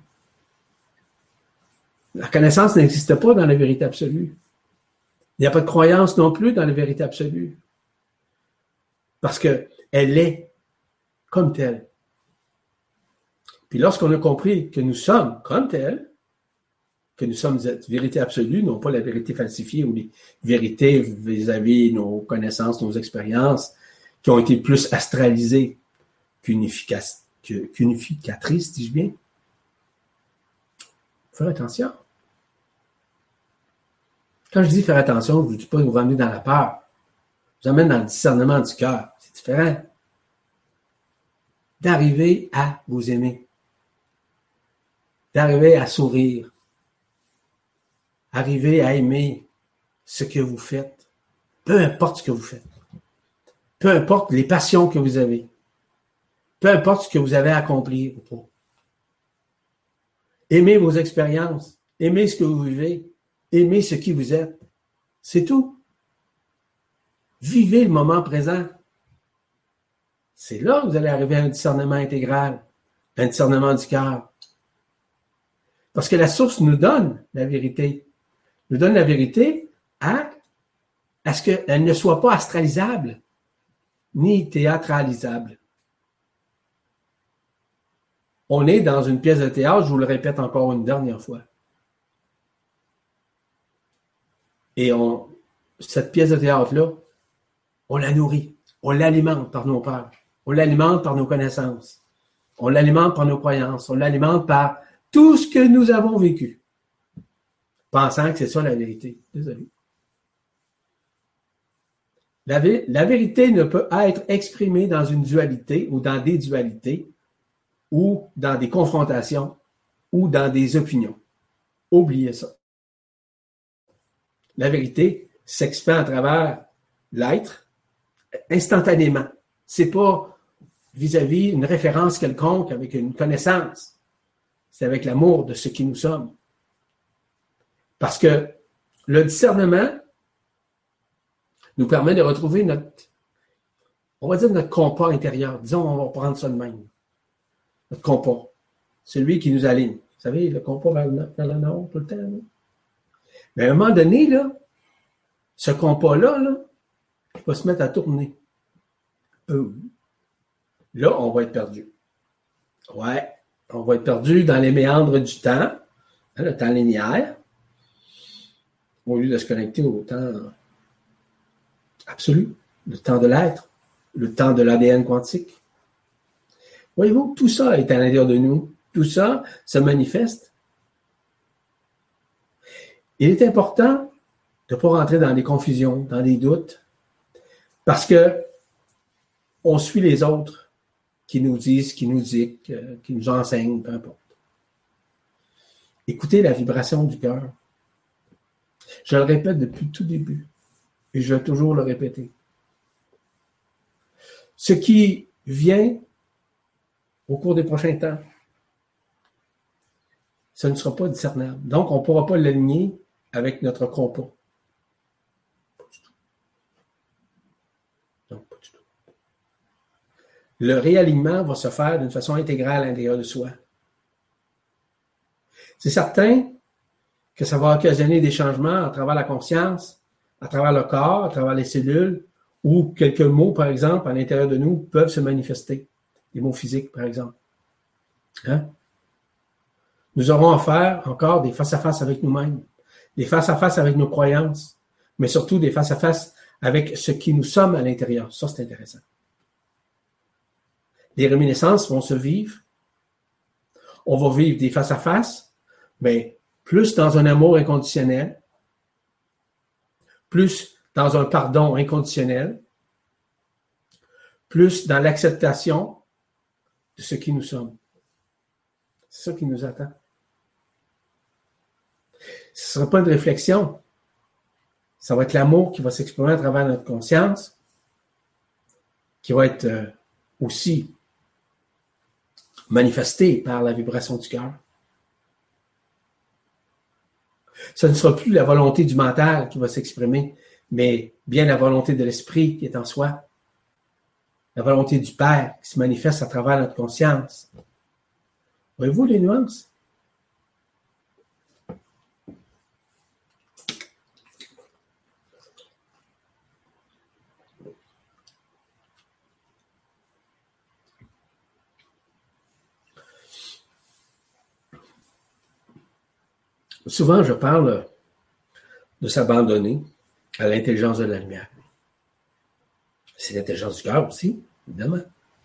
La connaissance n'existe pas dans la vérité absolue. Il n'y a pas de croyance non plus dans la vérité absolue. Parce qu'elle est comme telle. Puis lorsqu'on a compris que nous sommes comme tels, que nous sommes cette vérité absolue, non pas la vérité falsifiée ou les vérités vis-à-vis nos connaissances, nos expériences, qui ont été plus astralisées qu'unificatrices, dis-je bien. Faire attention. Quand je dis faire attention, je ne vous dis pas de vous ramener dans la peur. Je vous amène dans le discernement du cœur. C'est différent. D'arriver à vous aimer. D'arriver à sourire. Arriver à aimer ce que vous faites. Peu importe ce que vous faites. Peu importe les passions que vous avez. Peu importe ce que vous avez à accomplir ou pas. Aimez vos expériences. Aimez ce que vous vivez. Aimez ce qui vous êtes. C'est tout. Vivez le moment présent. C'est là que vous allez arriver à un discernement intégral, un discernement du cœur. Parce que la source nous donne la vérité. Nous donne la vérité à, à ce qu'elle ne soit pas astralisable, ni théâtralisable. On est dans une pièce de théâtre, je vous le répète encore une dernière fois. Et on, cette pièce de théâtre-là, on la nourrit, on l'alimente par nos peurs, on l'alimente par nos connaissances, on l'alimente par nos croyances, on l'alimente par tout ce que nous avons vécu, pensant que c'est ça la vérité. Désolé. La, la vérité ne peut être exprimée dans une dualité ou dans des dualités ou dans des confrontations ou dans des opinions. Oubliez ça. La vérité s'exprime à travers l'être instantanément. C'est pas vis-à-vis une référence quelconque avec une connaissance. C'est avec l'amour de ce qui nous sommes. Parce que le discernement nous permet de retrouver notre, on va dire notre compas intérieur. Disons, on va prendre ça de même. Notre compas. Celui qui nous aligne. Vous savez, le compas vers le, vers le nord tout le temps. Là. Mais à un moment donné, là, ce compas-là, là, il va se mettre à tourner. Euh, là, on va être perdu. Ouais, on va être perdu dans les méandres du temps, hein, le temps linéaire, au lieu de se connecter au temps absolu, le temps de l'être, le temps de l'A D N quantique. Voyez-vous, tout ça est à l'intérieur de nous. Tout ça se manifeste. Il est important de ne pas rentrer dans des confusions, dans des doutes, parce que on suit les autres qui nous disent, qui nous dictent, qui nous enseignent, peu importe. Écoutez la vibration du cœur. Je le répète depuis le tout début, et je vais toujours le répéter. Ce qui vient au cours des prochains temps, ce ne sera pas discernable. Donc, on ne pourra pas l'aligner avec notre compas. Pas du tout. Non, pas du tout. Le réalignement va se faire d'une façon intégrale à l'intérieur de soi. C'est certain que ça va occasionner des changements à travers la conscience, à travers le corps, à travers les cellules, ou quelques mots, par exemple, à l'intérieur de nous peuvent se manifester. Des mots physiques, par exemple. Hein? Nous aurons à faire encore des face-à-face avec nous-mêmes, des face-à-face avec nos croyances, mais surtout des face-à-face avec ce qui nous sommes à l'intérieur. Ça, c'est intéressant. Les réminiscences vont se vivre. On va vivre des face-à-face, mais plus dans un amour inconditionnel, plus dans un pardon inconditionnel, plus dans l'acceptation de ce qui nous sommes. C'est ça qui nous attend. Ce ne sera pas une réflexion. Ça va être l'amour qui va s'exprimer à travers notre conscience, qui va être euh, aussi manifesté par la vibration du cœur. Ce ne sera plus la volonté du mental qui va s'exprimer, mais bien la volonté de l'esprit qui est en soi. La volonté du Père qui se manifeste à travers notre conscience. Voyez-vous les nuances? Souvent, je parle de s'abandonner à l'intelligence de la lumière. C'est l'intelligence du cœur aussi, évidemment.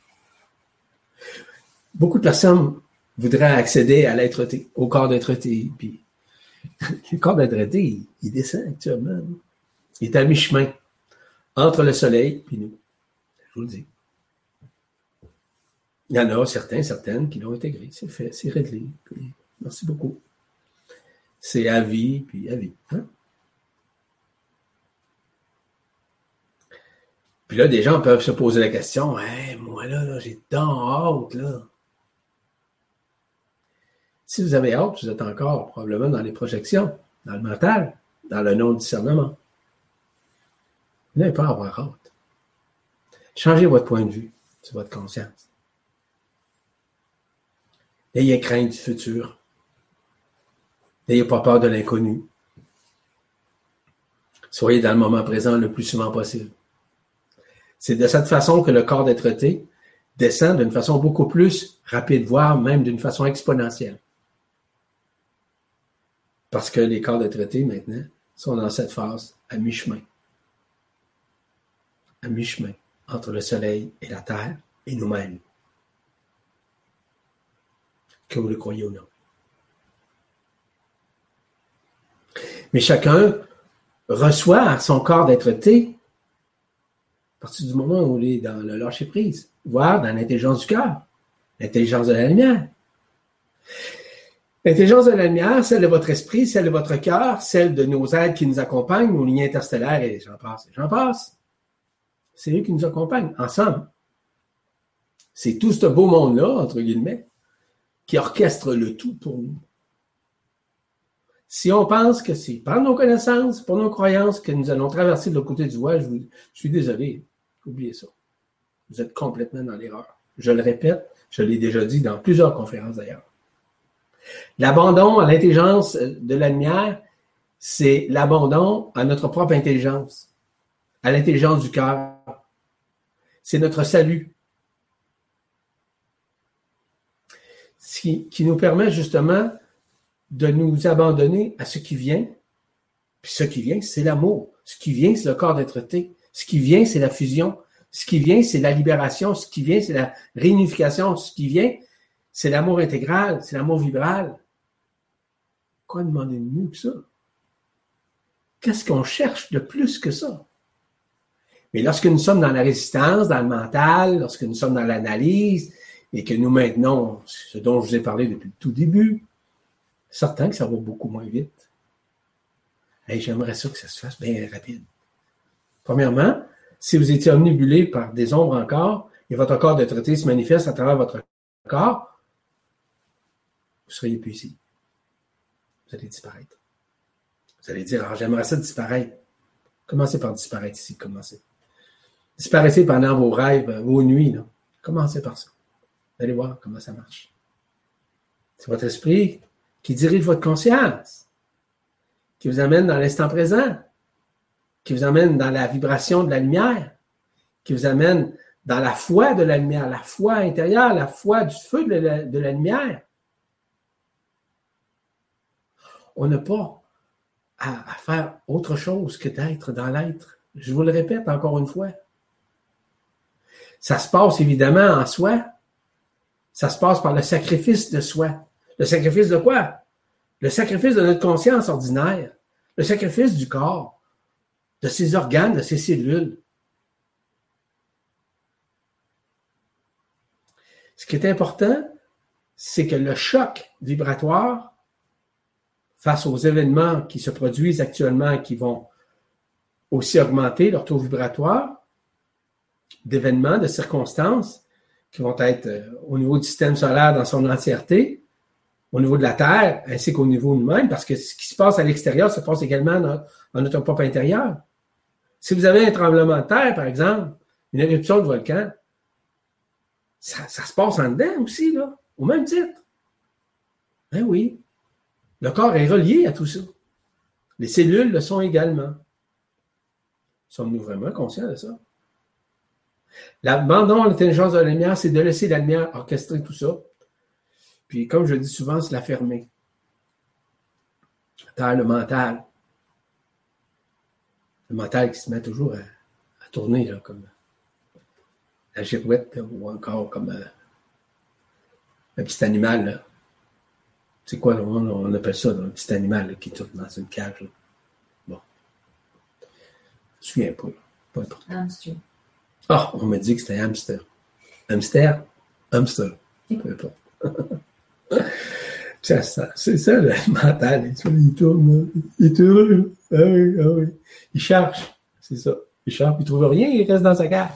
Beaucoup de personnes voudraient accéder à l'être-té, au corps d'être-té, puis le corps d'être-té, il, il descend actuellement. Il est à mi-chemin entre le soleil et nous. Je vous le dis. Il y en a certains, certaines qui l'ont intégré. C'est fait, c'est réglé. Puis, merci beaucoup. C'est à vie, puis à vie. Hein? Puis là, des gens peuvent se poser la question, hey, moi là, là j'ai tant hâte, là. Si vous avez hâte, vous êtes encore probablement dans les projections, dans le mental, dans le non-discernement. Vous n'avez pas à avoir hâte. Changez votre point de vue sur votre conscience. N'ayez crainte du futur. N'ayez pas peur de l'inconnu. Soyez dans le moment présent le plus souvent possible. C'est de cette façon que le corps d'être-té descend d'une façon beaucoup plus rapide, voire même d'une façon exponentielle. Parce que les corps de traité, maintenant, sont dans cette phase à mi-chemin. À mi-chemin entre le Soleil et la Terre et nous-mêmes. Que vous le croyez ou non. Mais chacun reçoit son corps d'être-té à partir du moment où il est dans le lâcher-prise, voire dans l'intelligence du cœur, l'intelligence de la lumière. L'intelligence de la lumière, celle de votre esprit, celle de votre cœur, celle de nos êtres qui nous accompagnent, nos lignes interstellaires, et j'en passe, et j'en passe. C'est eux qui nous accompagnent, ensemble. C'est tout ce beau monde-là, entre guillemets, qui orchestre le tout pour nous. Si on pense que c'est par nos connaissances, par nos croyances, que nous allons traverser de l'autre côté du voile, je, vous, je suis désolé, oubliez ça. Vous êtes complètement dans l'erreur. Je le répète, je l'ai déjà dit dans plusieurs conférences d'ailleurs. L'abandon à l'intelligence de la lumière, c'est l'abandon à notre propre intelligence, à l'intelligence du cœur. C'est notre salut. Ce qui, qui nous permet justement de nous abandonner à ce qui vient. Puis ce qui vient, c'est l'amour. Ce qui vient, c'est le corps d'être-té. Ce qui vient, c'est la fusion. Ce qui vient, c'est la libération. Ce qui vient, c'est la réunification. Ce qui vient, c'est l'amour intégral, c'est l'amour vibral. Quoi demander de mieux que ça? Qu'est-ce qu'on cherche de plus que ça? Mais lorsque nous sommes dans la résistance, dans le mental, lorsque nous sommes dans l'analyse, et que nous maintenons ce dont je vous ai parlé depuis le tout début, certain que ça va beaucoup moins vite. Hey, j'aimerais ça que ça se fasse bien rapide. Premièrement, si vous étiez omnibulé par des ombres encore, et votre corps de traité se manifeste à travers votre corps, vous seriez plus ici. Vous allez disparaître. Vous allez dire, ah, j'aimerais ça disparaître. Commencez par disparaître ici, commencez. Disparaissez pendant vos rêves, vos nuits. Là. Commencez par ça. Vous allez voir comment ça marche. C'est votre esprit qui dirige votre conscience, qui vous amène dans l'instant présent, qui vous amène dans la vibration de la lumière, qui vous amène dans la foi de la lumière, la foi intérieure, la foi du feu de la, de la lumière. On n'a pas à, à faire autre chose que d'être dans l'être. Je vous le répète encore une fois. Ça se passe évidemment en soi. Ça se passe par le sacrifice de soi. Le sacrifice de quoi? Le sacrifice de notre conscience ordinaire. Le sacrifice du corps, de ses organes, de ses cellules. Ce qui est important, c'est que le choc vibratoire face aux événements qui se produisent actuellement et qui vont aussi augmenter leur taux vibratoire, d'événements, de circonstances qui vont être au niveau du système solaire dans son entièreté, au niveau de la Terre, ainsi qu'au niveau de nous-mêmes, parce que ce qui se passe à l'extérieur se passe également dans, dans notre propre intérieur. Si vous avez un tremblement de terre, par exemple, une éruption de volcan, ça, ça se passe en dedans aussi, là, au même titre. Ben oui. Le corps est relié à tout ça. Les cellules le sont également. Sommes-nous vraiment conscients de ça? L'abandon à l'intelligence de la lumière, c'est de laisser la lumière orchestrer tout ça. Puis, comme je le dis souvent, c'est la fermer. Terre, le mental. Le mental qui se met toujours à, à tourner, là, comme la girouette, là, ou encore comme euh, un petit animal, là. C'est quoi, là, on, on appelle ça, là, un petit animal là, qui tourne dans une cage. Là. Bon. Je ne me souviens pas. Là. Pas important. Hamster. Ah, oh, on m'a dit que c'était hamster. Hamster? Hamster. Peu importe. C'est ça, c'est ça le mental. Il tourne, il est heureux. Ah oui, ah oui. Il cherche, c'est ça. Il cherche, il ne trouve rien, il reste dans sa cage.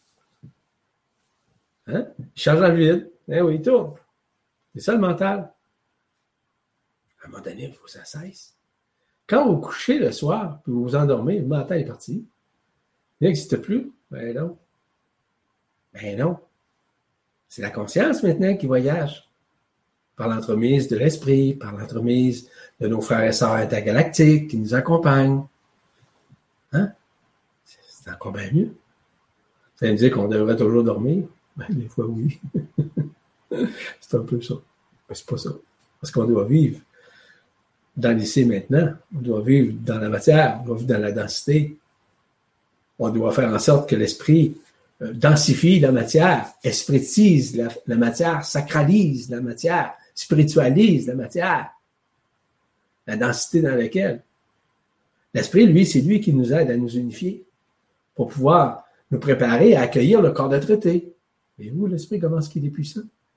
Hein? Il cherche dans le vide. Eh oui, il tourne. C'est ça le mental. À un moment donné, il faut que ça cesse. Quand vous couchez le soir, puis vous vous endormez, le mental est parti. Il n'existe plus. Ben non. Ben non. C'est la conscience maintenant qui voyage. Par l'entremise de l'esprit, par l'entremise de nos frères et sœurs intergalactiques qui nous accompagnent. Hein? C'est encore bien mieux. Ça veut dire qu'on devrait toujours dormir. Ben, des fois, oui. C'est un peu ça. Mais c'est pas ça. Parce qu'on doit vivre dans l'essai maintenant. On doit vivre dans la matière. On doit vivre dans la densité. On doit faire en sorte que l'esprit euh, densifie la matière, espritise la, la matière, sacralise la matière, spiritualise la matière. La densité dans laquelle. L'esprit, lui, c'est lui qui nous aide à nous unifier pour pouvoir nous préparer à accueillir le corps de traité. Et vous, l'esprit, comment est-ce qu'il est puissant?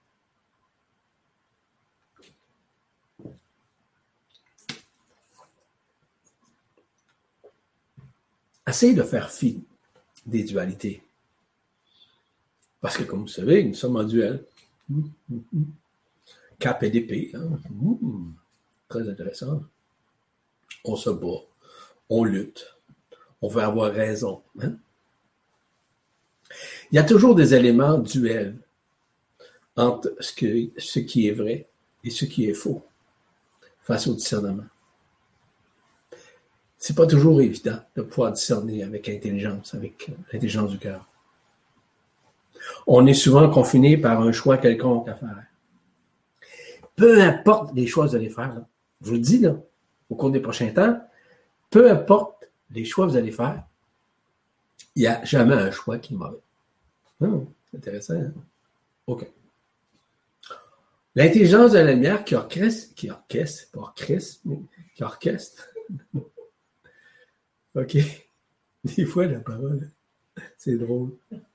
Essayez de faire fi des dualités. Parce que, comme vous savez, nous sommes en duel. Cap et d'épée. Hein? Mmh. Très intéressant. On se bat. On lutte. On veut avoir raison. Hein? Il y a toujours des éléments duels entre ce, que, ce qui est vrai et ce qui est faux face au discernement. C'est pas toujours évident de pouvoir discerner avec intelligence, avec l'intelligence du cœur. On est souvent confiné par un choix quelconque à faire. Peu importe les choix que vous allez faire, là, je vous le dis, là, au cours des prochains temps, peu importe les choix que vous allez faire, il n'y a jamais un choix qui est mauvais. Hum, c'est intéressant, hein? OK. L'intelligence de la lumière qui orchestre, qui orchestre, pas orchestre, mais qui orchestre. OK. Des fois, la parole, c'est drôle.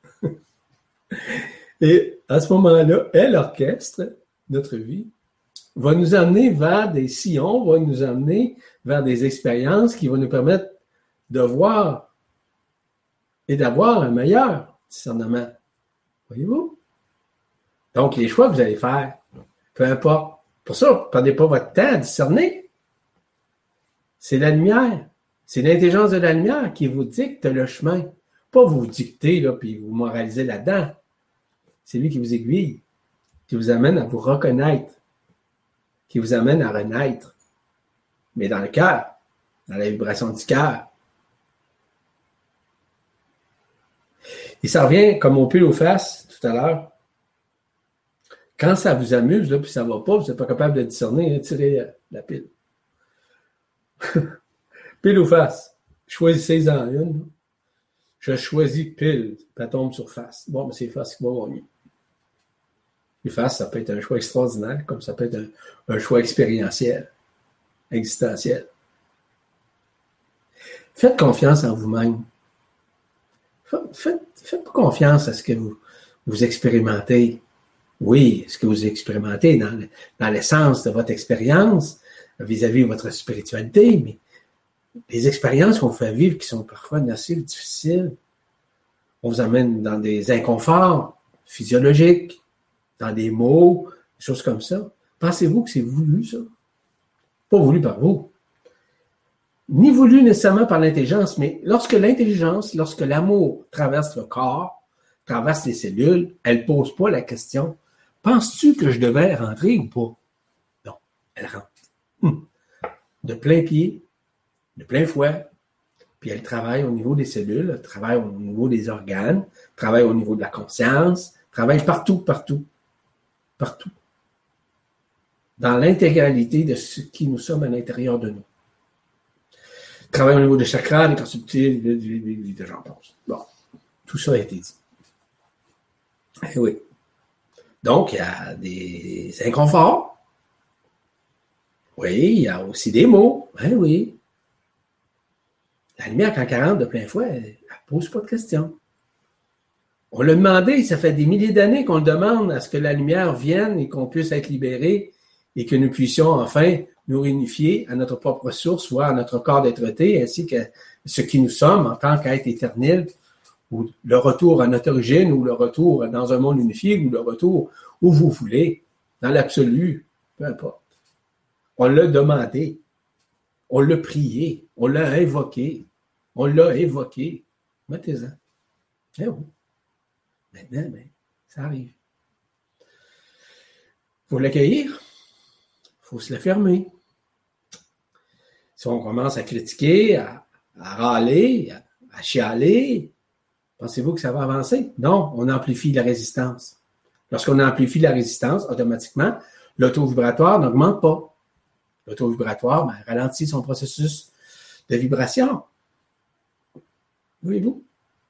Et à ce moment-là, elle orchestre notre vie, va nous amener vers des sillons, va nous amener vers des expériences qui vont nous permettre de voir et d'avoir un meilleur discernement. Voyez-vous? Donc, les choix que vous allez faire, peu importe. Pour ça, ne perdez pas votre temps à discerner. C'est la lumière. C'est l'intelligence de la lumière qui vous dicte le chemin. Pas vous dicter, là, puis vous moralisez là-dedans. C'est lui qui vous aiguille, qui vous amène à vous reconnaître, qui vous amène à renaître. Mais dans le cœur, dans la vibration du cœur. Et ça revient comme on pile aux faces tout à l'heure. Quand ça vous amuse, là, puis ça ne va pas, vous n'êtes pas capable de discerner, tirez la pile. Pile ou face. Choisissez-en une. Je choisis pile, puis elle tombe sur face. Bon, mais c'est face qui va gagner. Les faces, ça peut être un choix extraordinaire, comme ça peut être un, un choix expérientiel, existentiel. Faites confiance en vous-même. Faites, faites pas confiance à ce que vous, vous expérimentez. Oui, ce que vous expérimentez dans, le, dans l'essence de votre expérience vis-à-vis de votre spiritualité, mais les expériences qu'on vous fait vivre qui sont parfois nocives, difficiles, on vous amène dans des inconforts physiologiques, dans des maux, des choses comme ça. Pensez-vous que c'est voulu, ça? Pas voulu par vous. Ni voulu nécessairement par l'intelligence, mais lorsque l'intelligence, lorsque l'amour traverse le corps, traverse les cellules, elle ne pose pas la question « Penses-tu que je devais rentrer ou pas? » Non, elle rentre. Hum. De plein pied, de plein fouet, puis elle travaille au niveau des cellules, elle travaille au niveau des organes, travaille au niveau de la conscience, travaille partout, partout, partout. Dans l'intégralité de ce qui nous sommes à l'intérieur de nous. Travaille au niveau des chakras, des corps subtils, des, des, des, des j'en pense. Bon, tout ça a été dit. Eh oui. Donc, il y a des inconforts. Oui, il y a aussi des mots. Eh oui. La lumière, quand elle rentre de plein fouet, elle ne pose pas de questions. On l'a demandé, ça fait des milliers d'années qu'on le demande à ce que la lumière vienne et qu'on puisse être libéré et que nous puissions enfin nous réunifier à notre propre source, soit à notre corps d'être-té, ainsi que ce qui nous sommes en tant qu'être éternel, ou le retour à notre origine, ou le retour dans un monde unifié, ou le retour où vous voulez, dans l'absolu, peu importe. On l'a demandé, on l'a prié, on l'a invoqué, on l'a évoqué. Mettez-en. Eh oui. Maintenant, ben, ça arrive. Il faut l'accueillir, il faut se la fermer. Si on commence à critiquer, à, à râler, à, à chialer, Pensez-vous que ça va avancer? Non, on amplifie la résistance. Lorsqu'on amplifie la résistance, automatiquement, l'auto-vibratoire n'augmente pas. L'auto-vibratoire ben, ralentit son processus de vibration. Voyez-vous?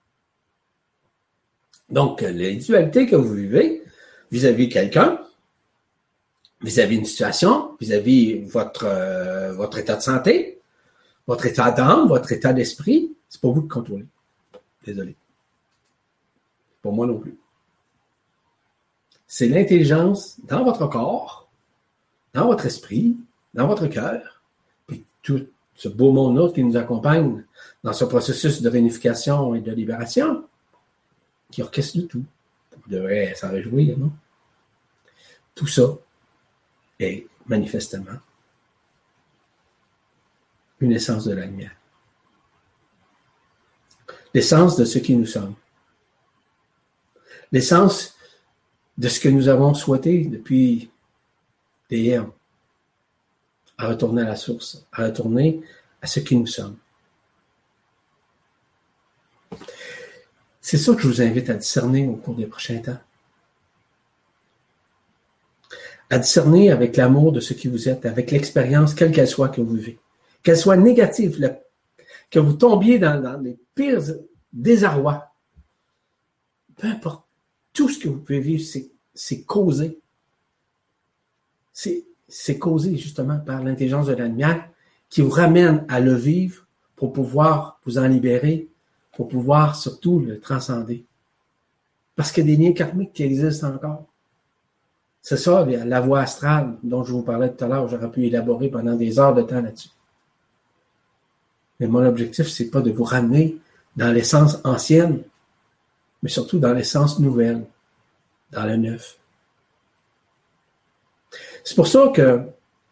Donc, les dualités que vous vivez vis-à-vis de quelqu'un, vis-à-vis d'une situation, vis-à-vis votre, euh, votre état de santé, votre état d'âme, votre état d'esprit, c'est pas vous de contrôler. Désolé. Pour moi non plus. C'est l'intelligence dans votre corps, dans votre esprit, dans votre cœur, puis tout ce beau monde-là qui nous accompagne dans ce processus de réunification et de libération, qui orchestre du tout. Vous devrez s'en réjouir, non? Tout ça est manifestement une essence de la lumière. L'essence de ce qui nous sommes. L'essence de ce que nous avons souhaité depuis des éons. À retourner à la source, à retourner à ce qui nous sommes. C'est ça que je vous invite à discerner au cours des prochains temps. À discerner avec l'amour de ce qui vous êtes, avec l'expérience, quelle qu'elle soit que vous vivez. Qu'elle soit négative, le, que vous tombiez dans, dans les pires désarrois. Peu importe. Tout ce que vous pouvez vivre, c'est, c'est causé. C'est, c'est causé justement par l'intelligence de la lumière qui vous ramène à le vivre pour pouvoir vous en libérer, pour pouvoir surtout le transcender. Parce qu'il y a des liens karmiques qui existent encore. C'est ça, la voie astrale dont je vous parlais tout à l'heure, j'aurais pu élaborer pendant des heures de temps là-dessus. Mais mon objectif, c'est pas de vous ramener dans l'essence ancienne, mais surtout dans l'essence nouvelle, dans le neuf. C'est pour ça que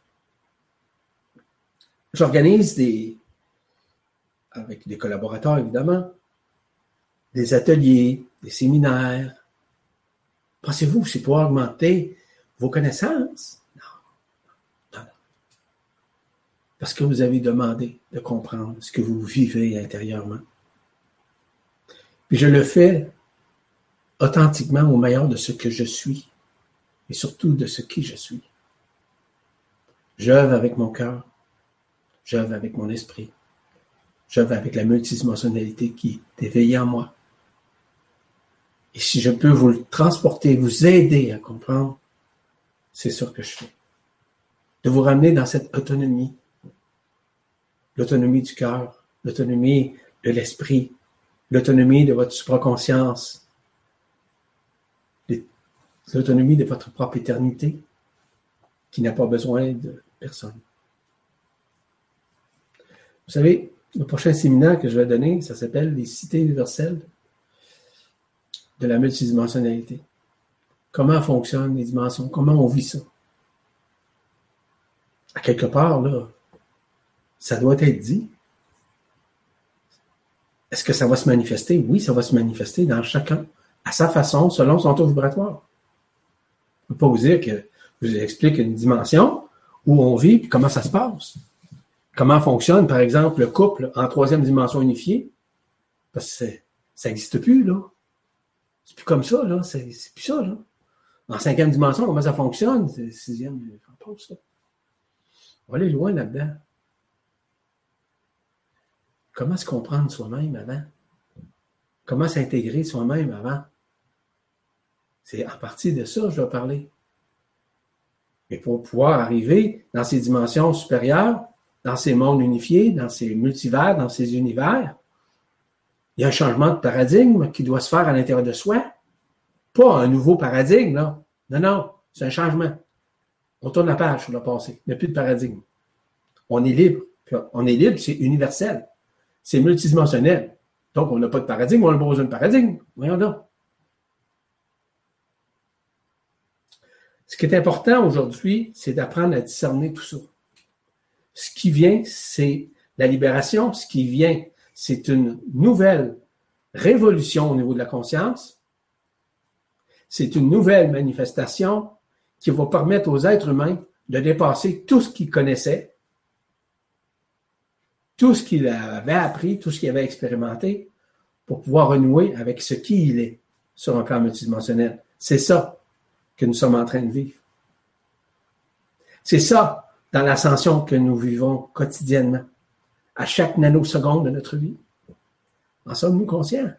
j'organise des, avec des collaborateurs évidemment, des ateliers, des séminaires. Pensez-vous que c'est pour augmenter vos connaissances? Non. Non, non. Parce que vous avez demandé de comprendre ce que vous vivez intérieurement. Puis je le fais authentiquement au meilleur de ce que je suis et surtout de ce qui je suis. J'œuvre avec mon cœur, j'œuvre avec mon esprit, j'œuvre avec la multidimensionnalité qui est éveillée en moi. Et si je peux vous le transporter, vous aider à comprendre, c'est ça que je fais. De vous ramener dans cette autonomie, l'autonomie du cœur, l'autonomie de l'esprit, l'autonomie de votre supraconscience, l'autonomie de votre propre éternité, qui n'a pas besoin de personne. Vous savez, le prochain séminaire que je vais donner, ça s'appelle « Les cités universelles de la multidimensionnalité ». Comment fonctionnent les dimensions? Comment on vit ça? À quelque part, là, ça doit être dit. Est-ce que ça va se manifester? Oui, ça va se manifester dans chacun, à sa façon, selon son taux vibratoire. Je ne peux pas vous dire que je vous explique une dimension où on vit et comment ça se passe. Comment fonctionne, par exemple, le couple en troisième dimension unifiée. Parce que c'est, ça n'existe plus, là. C'est plus comme ça, là. C'est, c'est plus ça, là. En cinquième dimension, comment ça fonctionne? C'est sixième, je pense, ça. On va aller loin là-dedans. Comment se comprendre soi-même avant? Comment s'intégrer soi-même avant? C'est en partie de ça que je vais parler. Mais pour pouvoir arriver dans ces dimensions supérieures, dans ces mondes unifiés, dans ces multivers, dans ces univers, il y a un changement de paradigme qui doit se faire à l'intérieur de soi. Pas un nouveau paradigme, là. Non, non, c'est un changement. On tourne la page sur le passé. Il n'y a plus de paradigme. On est libre. Puis on est libre, c'est universel. C'est multidimensionnel. Donc, on n'a pas de paradigme, on n'a pas besoin de paradigme. Voyons donc. Ce qui est important aujourd'hui, c'est d'apprendre à discerner tout ça. Ce qui vient, c'est la libération. Ce qui vient, c'est une nouvelle révolution au niveau de la conscience. C'est une nouvelle manifestation qui va permettre aux êtres humains de dépasser tout ce qu'ils connaissaient, tout ce qu'ils avaient appris, tout ce qu'ils avaient expérimenté, pour pouvoir renouer avec ce qui il est sur un plan multidimensionnel. C'est ça que nous sommes en train de vivre. C'est ça dans l'ascension que nous vivons quotidiennement, à chaque nanoseconde de notre vie. En sommes-nous conscients?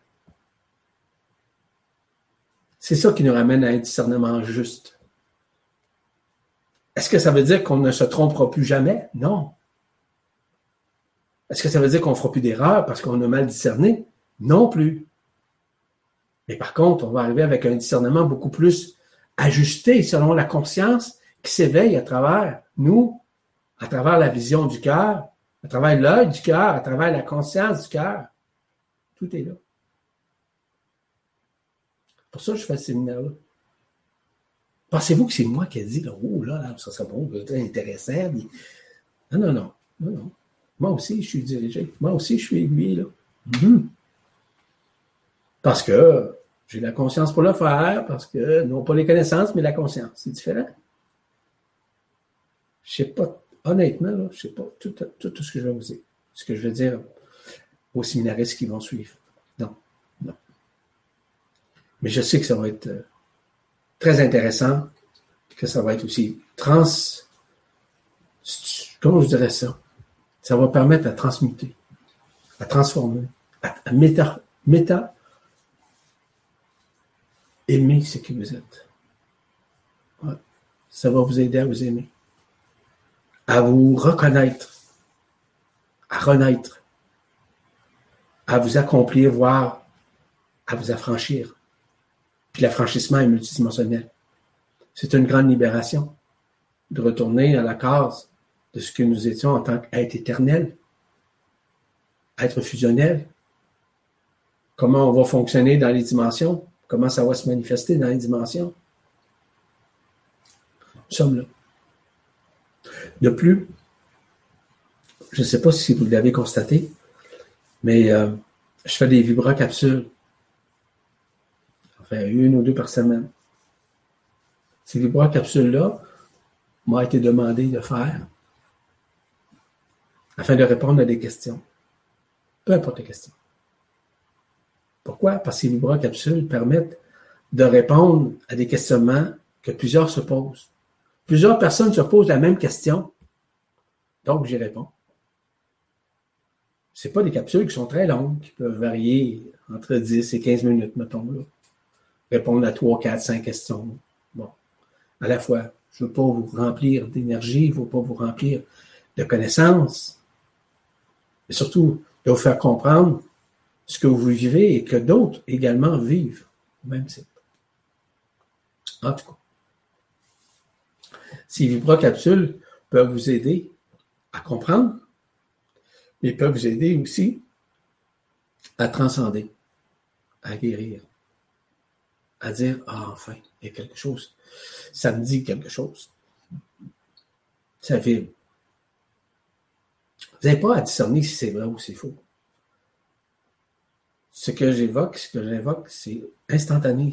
C'est ça qui nous ramène à un discernement juste. Est-ce que ça veut dire qu'on ne se trompera plus jamais? Non. Est-ce que ça veut dire qu'on ne fera plus d'erreurs parce qu'on a mal discerné? Non plus. Mais par contre, on va arriver avec un discernement beaucoup plus ajusté selon la conscience qui s'éveille à travers nous, à travers la vision du cœur, à travers l'œil du cœur, à travers la conscience du cœur. Tout est là. Pour ça, je fais ce séminaire-là. Pensez-vous que c'est moi qui ai dit, là, oh là, là ça serait bon, très intéressant. Mais... Non, non, non, non, non. Moi aussi, je suis dirigé. Moi aussi, je suis aiguillé, là. Mm-hmm. Parce que j'ai la conscience pour le faire, parce que, non pas les connaissances, mais la conscience. C'est différent. Je ne sais pas, honnêtement, là, je ne sais pas tout, tout, tout ce que je vais vous dire. Ce que je vais dire aux séminaristes qui vont suivre. Non, non. Mais je sais que ça va être euh, très intéressant, que ça va être aussi trans... Comment je dirais ça? Ça va permettre à transmuter, à transformer, à, à méta, méta aimer ce que vous êtes. Ouais. Ça va vous aider à vous aimer, à vous reconnaître, à renaître, à vous accomplir, voire à vous affranchir. Puis l'affranchissement est multidimensionnel. C'est une grande libération de retourner à la case de ce que nous étions en tant qu'être éternel, être fusionnel. Comment on va fonctionner dans les dimensions, comment ça va se manifester dans les dimensions. Nous sommes là. De plus, je ne sais pas si vous l'avez constaté, mais euh, je fais des vibracapsules. Enfin, une ou deux par semaine. Ces vibracapsules-là m'ont été demandé de faire afin de répondre à des questions. Peu importe les questions. Pourquoi? Parce que ces vibracapsules permettent de répondre à des questionnements que plusieurs se posent. Plusieurs personnes se posent la même question, donc j'y réponds. Ce n'est pas des capsules qui sont très longues, qui peuvent varier entre dix et quinze minutes, mettons, là. Répondre à trois, quatre, cinq questions. Bon. À la fois, je ne veux pas vous remplir d'énergie, je ne veux pas vous remplir de connaissances, mais surtout de vous faire comprendre ce que vous vivez et que d'autres également vivent au même titre. En tout cas, ces vibracapsules peuvent vous aider à comprendre, mais peuvent vous aider aussi à transcender, à guérir, à dire « Ah, enfin, il y a quelque chose. Ça me dit quelque chose. » Ça vibre. Vous n'avez pas à discerner si c'est vrai ou c'est faux. Ce que j'évoque, ce que j'invoque, c'est instantané.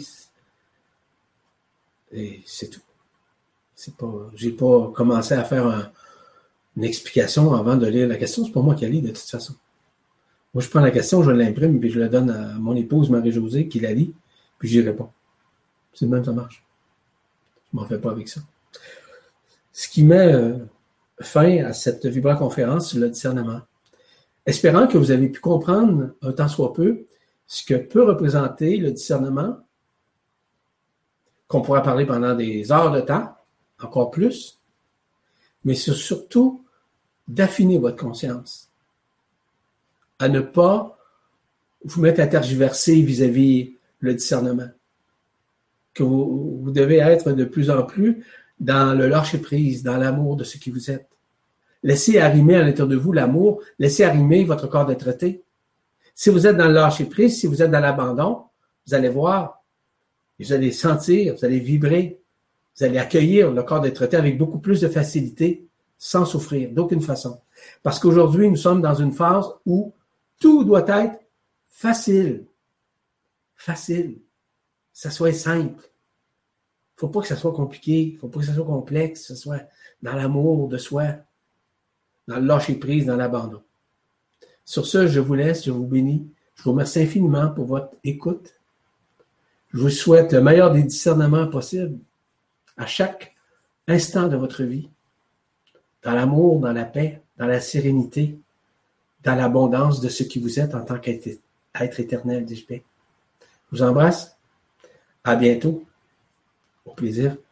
Et c'est tout. C'est pas, j'ai pas commencé à faire un, une explication avant de lire la question. C'est pas moi qui la lis de toute façon. Moi, je prends la question, je l'imprime, puis je la donne à mon épouse Marie-Josée qui la lit, puis j'y réponds. C'est le même, ça marche. Je m'en fais pas avec ça. Ce qui met euh, fin à cette vibra-conférence sur le discernement. Espérant que vous avez pu comprendre, un tant soit peu, ce que peut représenter le discernement, qu'on pourra parler pendant des heures de temps, encore plus, mais c'est surtout d'affiner votre conscience, à ne pas vous mettre à tergiverser vis-à-vis le discernement, que vous, vous devez être de plus en plus dans le lâcher-prise, dans l'amour de ce qui vous êtes. Laissez arrimer à l'intérieur de vous l'amour, laissez arrimer votre corps d'être-té. Si vous êtes dans le lâcher-prise, si vous êtes dans l'abandon, vous allez voir, vous allez sentir, vous allez vibrer, vous allez accueillir le corps d'être-té avec beaucoup plus de facilité, sans souffrir, d'aucune façon. Parce qu'aujourd'hui, nous sommes dans une phase où tout doit être facile. Facile. Que ça soit simple. Il ne faut pas que ça soit compliqué, il ne faut pas que ça soit complexe, que ce soit dans l'amour de soi, dans le lâcher-prise, dans l'abandon. Sur ce, je vous laisse, je vous bénis, Je vous remercie infiniment pour votre écoute. Je vous souhaite le meilleur des discernements possibles à chaque instant de votre vie, dans l'amour, dans la paix, dans la sérénité, dans l'abondance de ce qui vous êtes en tant qu'être éternel, dis-je bien. Je vous embrasse. À bientôt. Au plaisir.